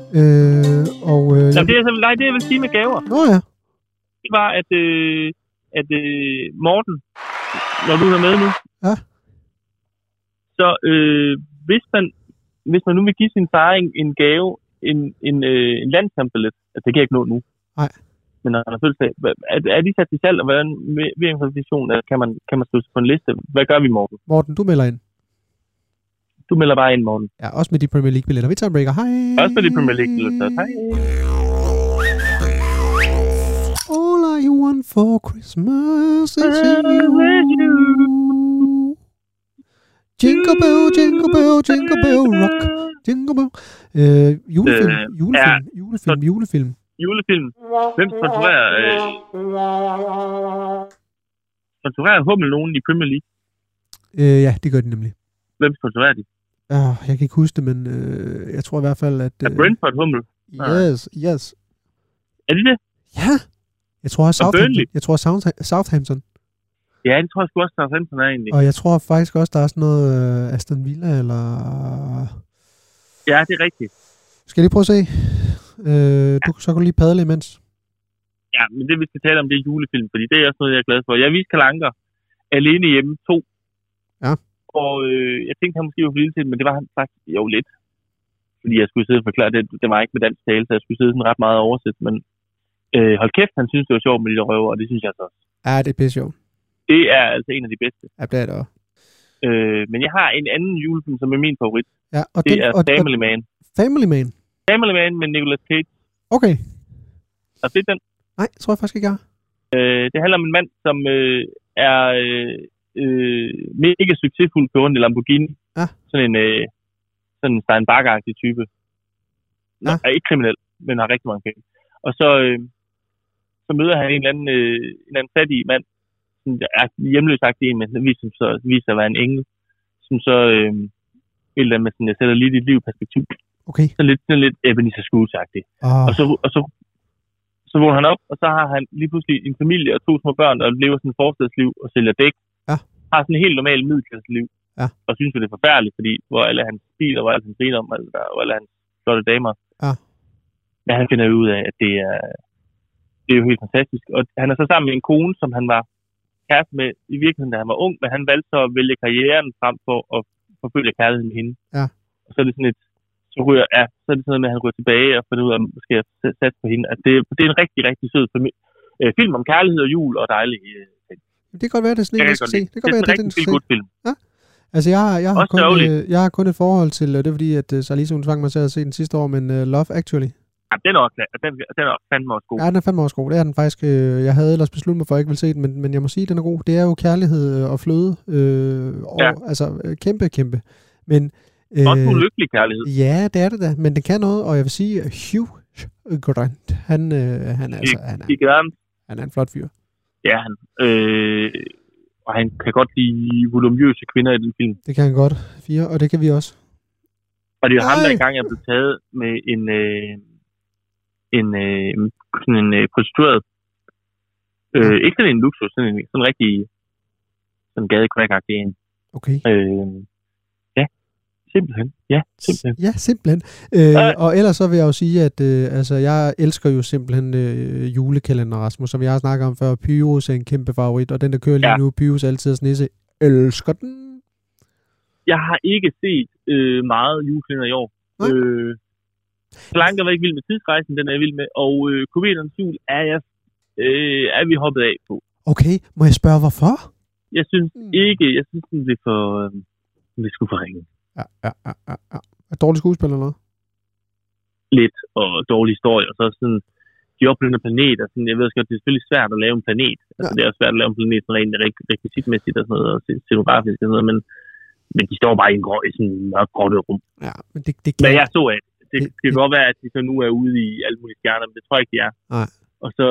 Det jeg vil sige med gaver. Nå ja. Det var, at Morten, når du er med nu, ja. Så hvis man nu vil give sin far en gave, en landskampbillet, altså det kan jeg ikke nå nu. Nej. Men når han har fødselsdag, er de sat til salg, og hvordan ved en præsentation, kan man stå på en liste? Hvad gør vi, Morten? Morten, du melder ind. Du melder bare ind, Morten. Ja, også med de Premier League-billetter. Vi tager en breaker. Hej. Også med de Premier League-billetter. Hej. All I want for Christmas is you. Jingle bell, jingle bell, jingle bell rock. Jingle bell. Julefilm. Hvem sponsorerer Hummel nogen i Premier League? Ja, det gør de nemlig. Hvem sponsorerer de? Jeg kan ikke huske det, men jeg tror i hvert fald, at... Er Brentford Hummel? Yes. Er det det? Ja. Jeg tror også Southampton. Ja, det tror jeg sgu også, Southampton er egentlig. Og jeg tror faktisk også, der er sådan noget Aston Villa, eller... Ja, det er rigtigt. Skal jeg lige prøve at se? Så kan du lige padle imens. Ja, men det vi skal tale om, det er julefilm, fordi det er også noget, jeg er glad for. Jeg viste Kalle Anker Alene hjemme 2. Ja. Og jeg tænkte, han måske var for lille til, men det var han faktisk jo lidt. Fordi jeg skulle sidde og forklare, det var ikke med dansk tale, så jeg skulle sidde sådan ret meget oversæt. Men hold kæft, han synes, det var sjovt med Lille Røver, og det synes jeg så også. Ja, det er pisse sjovt. Det er altså en af de bedste. Ja, det er det også. Men jeg har en anden julefilm, som er min favorit. Ja, og det er Family Man. Family Man? Family Man med Nicolas Cage. Okay. Har du set den? Nej, tror jeg faktisk ikke, jeg har. Det handler om en mand, som er mega succesfuld kører rundt i Lamborghini. Ja. Sådan en Stein Bagger-agtig type. Ja. Er ikke kriminel, men har rigtig mange penge. Og så møder han en eller anden fattig mand, som er hjemløsagtig en, men som viser at være en engel, som så et eller andet med sådan, jeg sætter lige dit liv i perspektiv. Okay. Sådan lidt Ebenezer Scrooge-agtigt. Så vågner han op, og så har han lige pludselig en familie og 2 små børn, der lever sådan et forstadsliv og sælger dæk. Ja. Har sådan en helt normal middelklasseliv. Ja. Og synes, det er forfærdeligt, fordi hvor alle hans biler, hvor alle hans rigdom, og alle hans flotte damer. Ja. Men han finder ud af, at det er jo helt fantastisk. Og han er så sammen med en kone, som han var kæreste med i virkeligheden, da han var ung, men han valgte så at vælge karrieren frem for at forfølge kærligheden med hende. Ja. Og så er det sådan et så er det sådan noget med, at han går tilbage og finder ud af, skal jeg satse på hende. At det er en rigtig, rigtig sød film om kærlighed og jul og dejlig ting. Det kan godt være, det er sådan en, jeg skal se. Det kan være, det er en rigtig god film. Ja. Altså, jeg har kun et forhold til, og det er fordi, at Salisa, hun tvang mig til at se den sidste år, men Love Actually. Ja, den er fandme også god. Ja, den er fandme også god. Det er den faktisk. Jeg havde ellers besluttet mig for, at jeg ikke ville se den, men jeg må sige, at den er god. Det er jo kærlighed og fløde. Altså, kæmpe. Men også ulykkelig kærlighed. Ja, det er det da. Men det kan noget, og jeg vil sige, Hugh Grant, han er en flot fyr. Ja, og han kan godt lide volumøse kvinder i den film. Det kan han godt. 4, og det kan vi også. Og det er ham, der engang er blevet taget med en prostitueret. Ikke sådan en luksus, sådan en rigtig sådan gade-crack-agtig en. Okay. Simpelthen. Ja, simpelthen. Og ellers så vil jeg jo sige, at jeg elsker jo simpelthen julekalender, Rasmus, som jeg har snakket om før. Pyrus er en kæmpe favorit, og den, der kører lige nu, Pyrus altid snisse, elsker den. Jeg har ikke set meget julekalender i år. Blanca var ikke vild med Tidsrejsen, den er jeg vild med, og Komediernes Jul er vi hoppet af på. Okay, må jeg spørge, hvorfor? Jeg synes ikke, den blev for... det skulle for ringe. Ja. Er dårlig skuespil eller noget? Lidt, og dårlig historie, og så sådan, de opblivende planeter, sådan, jeg ved godt, det er selvfølgelig svært at lave en planet, altså det er svært at lave en planet, sådan rent rekvisitmæssigt og sådan noget, og scenografisk og sådan noget, men de står bare i en mørk gråt rum. Ja, men det kan... Men jeg så, at det kan godt være, at de så nu er ude i alle mulige stjerner, men det tror jeg ikke, de er. Nej. Og så,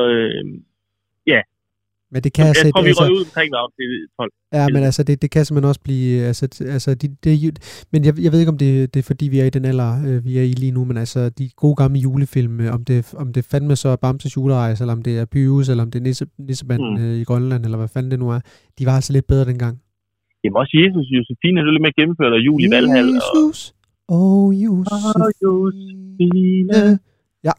Men det kan jeg tror, vi røg ud omkring op til 12. Ja, men altså, det kan simpelthen også blive... men jeg ved ikke, om det er fordi, vi er i den alder, vi er i lige nu, men altså, de gode gamle julefilm, om det fandme så er Bamses Julerejse, eller om det er Pyrus, eller om det er Nissebanden i Grønland, eller hvad fanden det nu er, de var altså lidt bedre dengang. Jamen også Jesus, Josefine er lidt med gennemført, og jul i Valhall. Jesus, Josefine. Ja.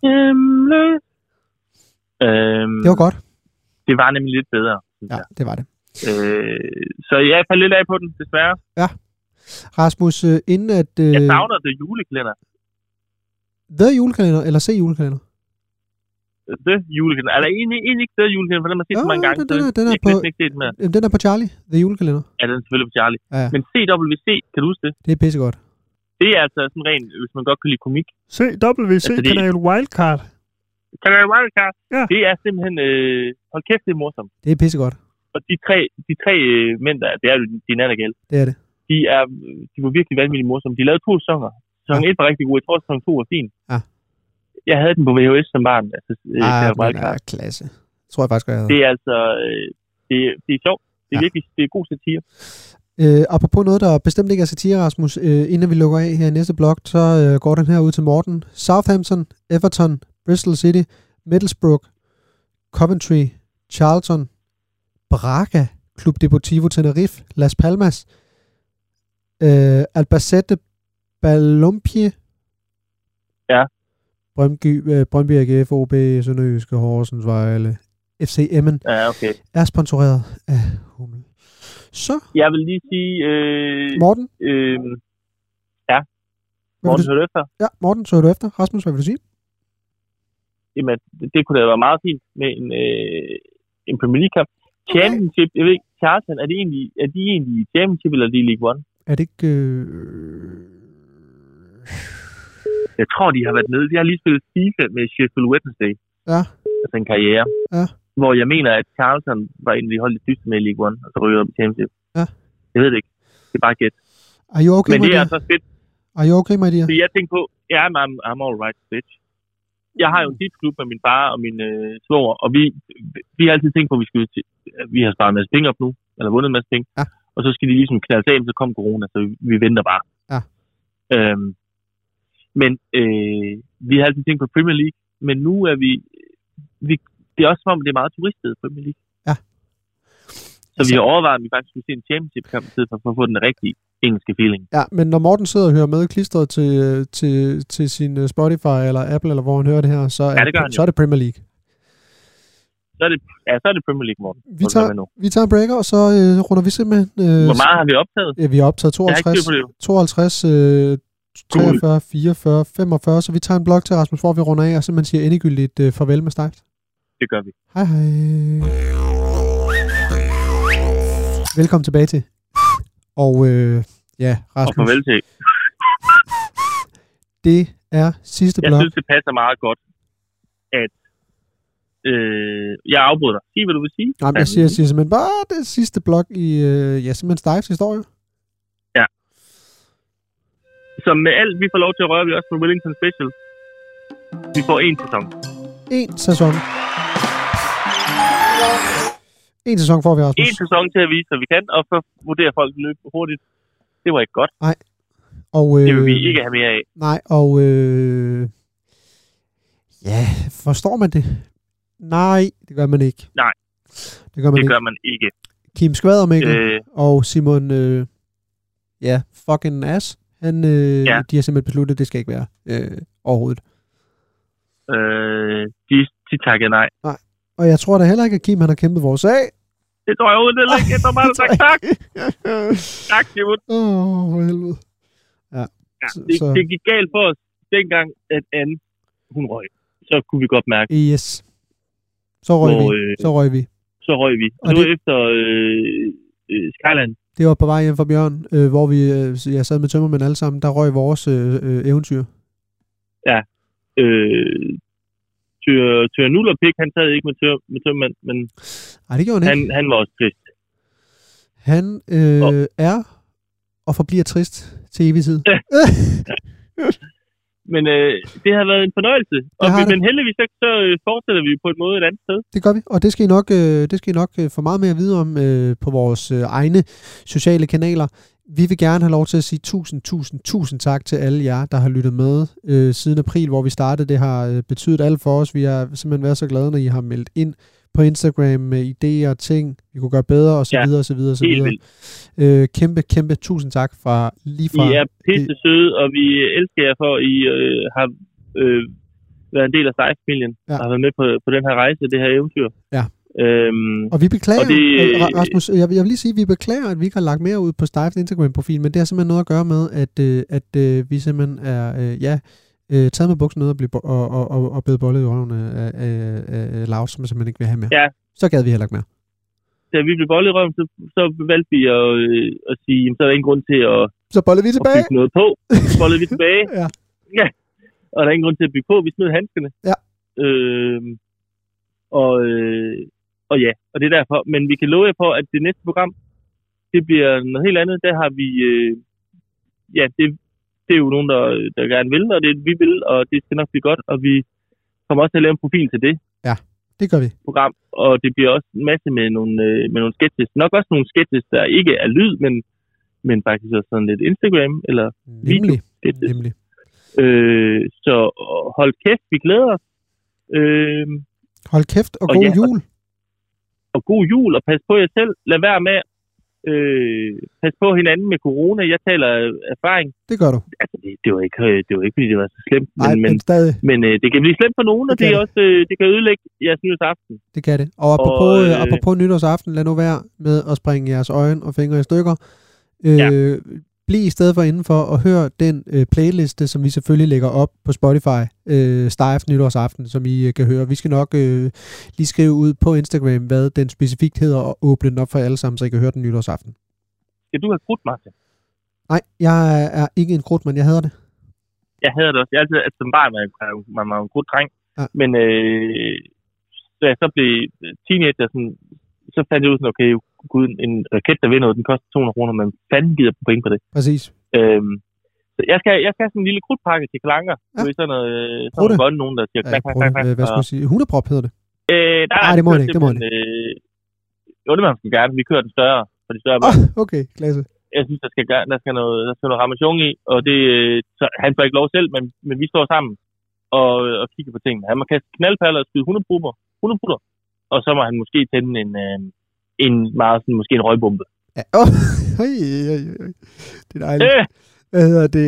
Det var godt. Det var nemlig lidt bedre. Ja, det var det. Så jeg faldt lidt af på den, desværre. Ja. Rasmus, inden at... Jeg savner The Julekalender. The Julekalender, eller Se Julekalender? The Julekalender. Eller egentlig ikke The Julekalender, for den har set så mange gange. Den er på Charlie, The Julekalender. Ja, den er selvfølgelig på Charlie. Ja. Men CWC, kan du huske det? Det er pissegodt. Det er altså sådan rent, hvis man godt kan lide komik. CWC, altså, Kanal Wildcard. Kanal Wildcard. Ja. Det er simpelthen... hold kæft, det er morsomt. Det er pissegodt. Og de tre mænd, der det er jo din Annagel. Det er det. De var virkelig vanvittigt morsomme. De lavede 2 sæsoner. Sæson 1 var rigtig god. Jeg tror, sæson 2 var fin. Ja. Jeg havde den på VHS som barn. Altså, klasse. Tror jeg faktisk, jeg havde. Det er altså... Det er sjovt. Det er virkelig det er god satire. Apropos noget, der bestemt ikke er satire, Rasmus, inden vi lukker af her i næste blok, så går den her ud til Morten. Southampton, Everton, Bristol City, Middlesbrough, Coventry, Charlton, Braga, Club Deportivo Tenerife, Las Palmas, Albacete, Ballumpier, ja. Brøndby AGF, OB, Sønderjyske, Horsens, Vejle, FC Emmen, ja, okay. er sponsoreret af Hummel. Så. Jeg vil lige sige... Morten? Ja. Morten, hører du efter? Ja, Morten, så hører du efter. Rasmus, hvad vil du sige? Jamen, det kunne da være meget fint med en Premier League-kamp. Championship, jeg ved ikke, Charlton, er de egentlig i Championship, eller er de i League One? Er det ikke... Jeg tror, de har været nede. De har lige spillet FIFA med Sheffield Wednesday. Ja. Altså en karriere. Ja. Hvor jeg mener, at Charlton var en af de hold, de sidste med i League One, og så ryger op i Championship. Ja. Jeg ved det ikke. Det er bare gæt. Are you okay, men det er så fedt. Are you okay, my dear? Så jeg tænkte på, I'm all right, bitch. Jeg har jo en tipsklub med min far og min svoger, og vi har altid tænkt på, at vi har sparet en masse penge op nu, eller vundet en masse penge, ja. Og så skal de ligesom knalde sig ind, så kom corona, så vi venter bare. Ja. Men vi har altid tænkt på Premier League, men nu er vi det er også som om, det er meget turistet Premier League. Ja. Så vi har overvejet, at vi faktisk skulle se en championship-kamp for at få den rigtige engelske feeling. Ja, men når Morten sidder og hører med klistret til sin Spotify eller Apple, eller hvor han hører det her, så er det Premier League. Så er det Premier League, Morten. Vi tager en breaker, og så runder vi simpelthen... Hvor meget har vi optaget? Ja, vi har optaget 52, 43, 44, 45, så vi tager en blok til Rasmus, hvor vi runder af, og simpelthen siger endegyldigt farvel med Stejft. Det gør vi. Hej hej. Velkommen tilbage til. Og ja, Rasmus. Og farvel til. Det er sidste blok. Jeg synes, det passer meget godt, at jeg afbryder dig. Sig, hvad du vil sige. Nej, men jeg siger simpelthen bare det sidste blok i simpelthen Stejfs historie. Ja. Som med alt, vi får lov til at røre, vi også på Wellington Special. Vi får 1 sæson. 1 sæson. 1 sæson får vi, Rasmus. 1 sæson til at vise, hvad vi kan, og så vurderer folk løb hurtigt. Det var ikke godt. Nej. Og, det vil vi ikke have mere af. Nej, og ja, forstår man det? Nej, det gør man ikke. Nej, det gør man ikke. Kim Skvadermikkel og Simon, fucking ass, de har simpelthen besluttet, at det skal ikke være overhovedet. De takker nej. Nej, og jeg tror da heller ikke, at Kim han har kæmpet vores sag. Det tror jeg overhovedet ikke. Jeg tror bare, sagt tak. Tak, Simon. For helvede. Ja. Det gik galt for os dengang, at Anne, hun røg. Så kunne vi godt mærke. Yes. Så røg vi. Og det var efter Skyland. Det var på vej hjem fra Bjørn, hvor jeg sad med tømmermænd alle sammen. Der røg vores eventyr. Ja. Tyr Nullerpik, han sad ikke med tømmermænd, men nej, det gjorde han ikke. Han var også trist. Han er og forbliver trist til evig tid. Men det har været en fornøjelse. Men heldigvis så fortsætter vi på en måde et andet sted. Det gør vi, og det skal I nok få meget mere at vide om på vores egne sociale kanaler. Vi vil gerne have lov til at sige tusind tak til alle jer, der har lyttet med siden april, hvor vi startede. Det har betydet alt for os. Vi har simpelthen været så glade, når I har meldt ind på Instagram med idéer og ting, vi kunne gøre bedre, og så videre, og så videre, og så videre. Kæmpe tusind tak fra. I er pisse søde, og vi elsker jer for, at I har været en del af Stejf-familien, og har været med på den her rejse, det her eventyr. Ja. Og vi beklager, Rasmus, jeg vil lige sige, at vi beklager, at vi ikke har lagt mere ud på Stejfs Instagram-profil, men det har simpelthen noget at gøre med, at vi simpelthen er, taget med buksen ned og blevet bollet i røven af Lars, som simpelthen ikke vil have mere. Ja. Så gad vi heller ikke mere. Da vi blev bollet i røven, så valgte vi at sige, så er der ingen grund til at så bollede vi tilbage. Bygge noget på. Så bollede vi tilbage. Ja. Og der er ingen grund til at bygge på. Vi smed handskerne. Ja. Og det er derfor. Men vi kan love jer på, at det næste program, det bliver noget helt andet. Der har vi, det er jo nogen, der gerne vil, og det vi vil, og det skal nok blive godt. Og vi kommer også til at lave en profil til det. Ja, det gør vi. Program. Og det bliver også en masse med nogle sketches. Nok også nogle sketches, der ikke er lyd, men men faktisk også sådan lidt Instagram eller video. Nemlig. Så hold kæft, vi glæder os. Hold kæft og god jul. Og god jul, og pas på jer selv. Lad være med pas på hinanden med corona. Jeg taler erfaring. Det gør du. Altså, det var ikke fordi det var så slemt. Nej, men det kan blive slemt for nogen, og det kan ødelægge jeres nytårsaften. Det kan det. Og apropos nytårsaften, lad nu være med at springe jeres øjne og fingre i stykker. Bliv i stedet for indenfor og hør den playliste, som vi selvfølgelig lægger op på Spotify, Stejft nytårsaften, som I kan høre. Vi skal nok lige skrive ud på Instagram, hvad den specifikt hedder, og åbne den op for alle sammen, så I kan høre den nytårsaften. Skal du have krudt, Martin? Nej, jeg er ikke en krudtmand, jeg hader det. Jeg hader det også. Jeg altid, som barn man var en krudtdreng, men da jeg så blev teenager, så fandt jeg ud sådan, okay, gud, en raket, der vinder, den koster 200 kroner, men fanden gider på penge på det. Præcis. Så jeg skal have sådan en lille krudtpakke til Kalanker. Ja. Du er sådan noget godt, nogen, der siger knak. Hvad skal jeg sige? Hundeprop hedder det? Nej, det må det ikke. Jo, det må man gerne. Vi kører den større, for de større børn. Okay, klasse. Jeg synes, der skal noget ramation i, og det, så han får ikke lov selv, men vi står sammen og kigger på tingene. Han må kaste knaldperler og skyde 100 putter, og så må han måske tænde en meget sådan, måske en røgbombe. Ja. Det er dejligt. Hvad hedder det?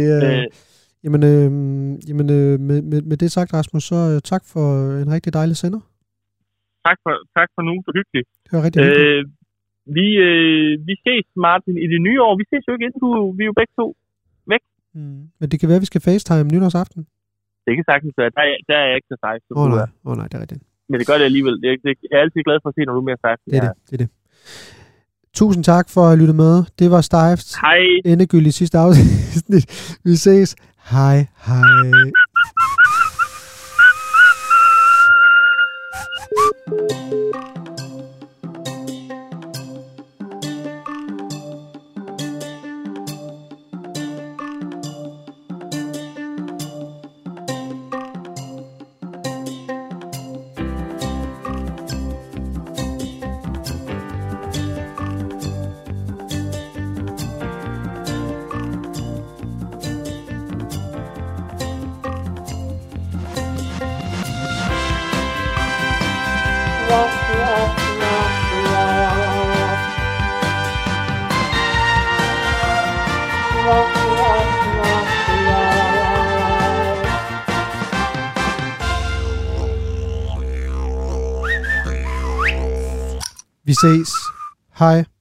Med det sagt, Rasmus, så tak for en rigtig dejlig sender. Tak for nu, for hyggeligt. Det var rigtig hyggeligt. Vi ses, Martin, i det nye år. Vi ses jo ikke inden, vi er jo begge to væk. Men det kan være, at vi skal FaceTime nytårsaften. Det kan sagtens være. Der er jeg ikke så sejt. Nej, det er rigtigt. Men det gør det alligevel. Jeg er altid glad for at se, når du er mere sejt. Det er det. Tusind tak for at lytte med. Det var Stejft. Hej. Endegyldigt sidste afsnit. Vi ses. Hej. Vi ses. Hej.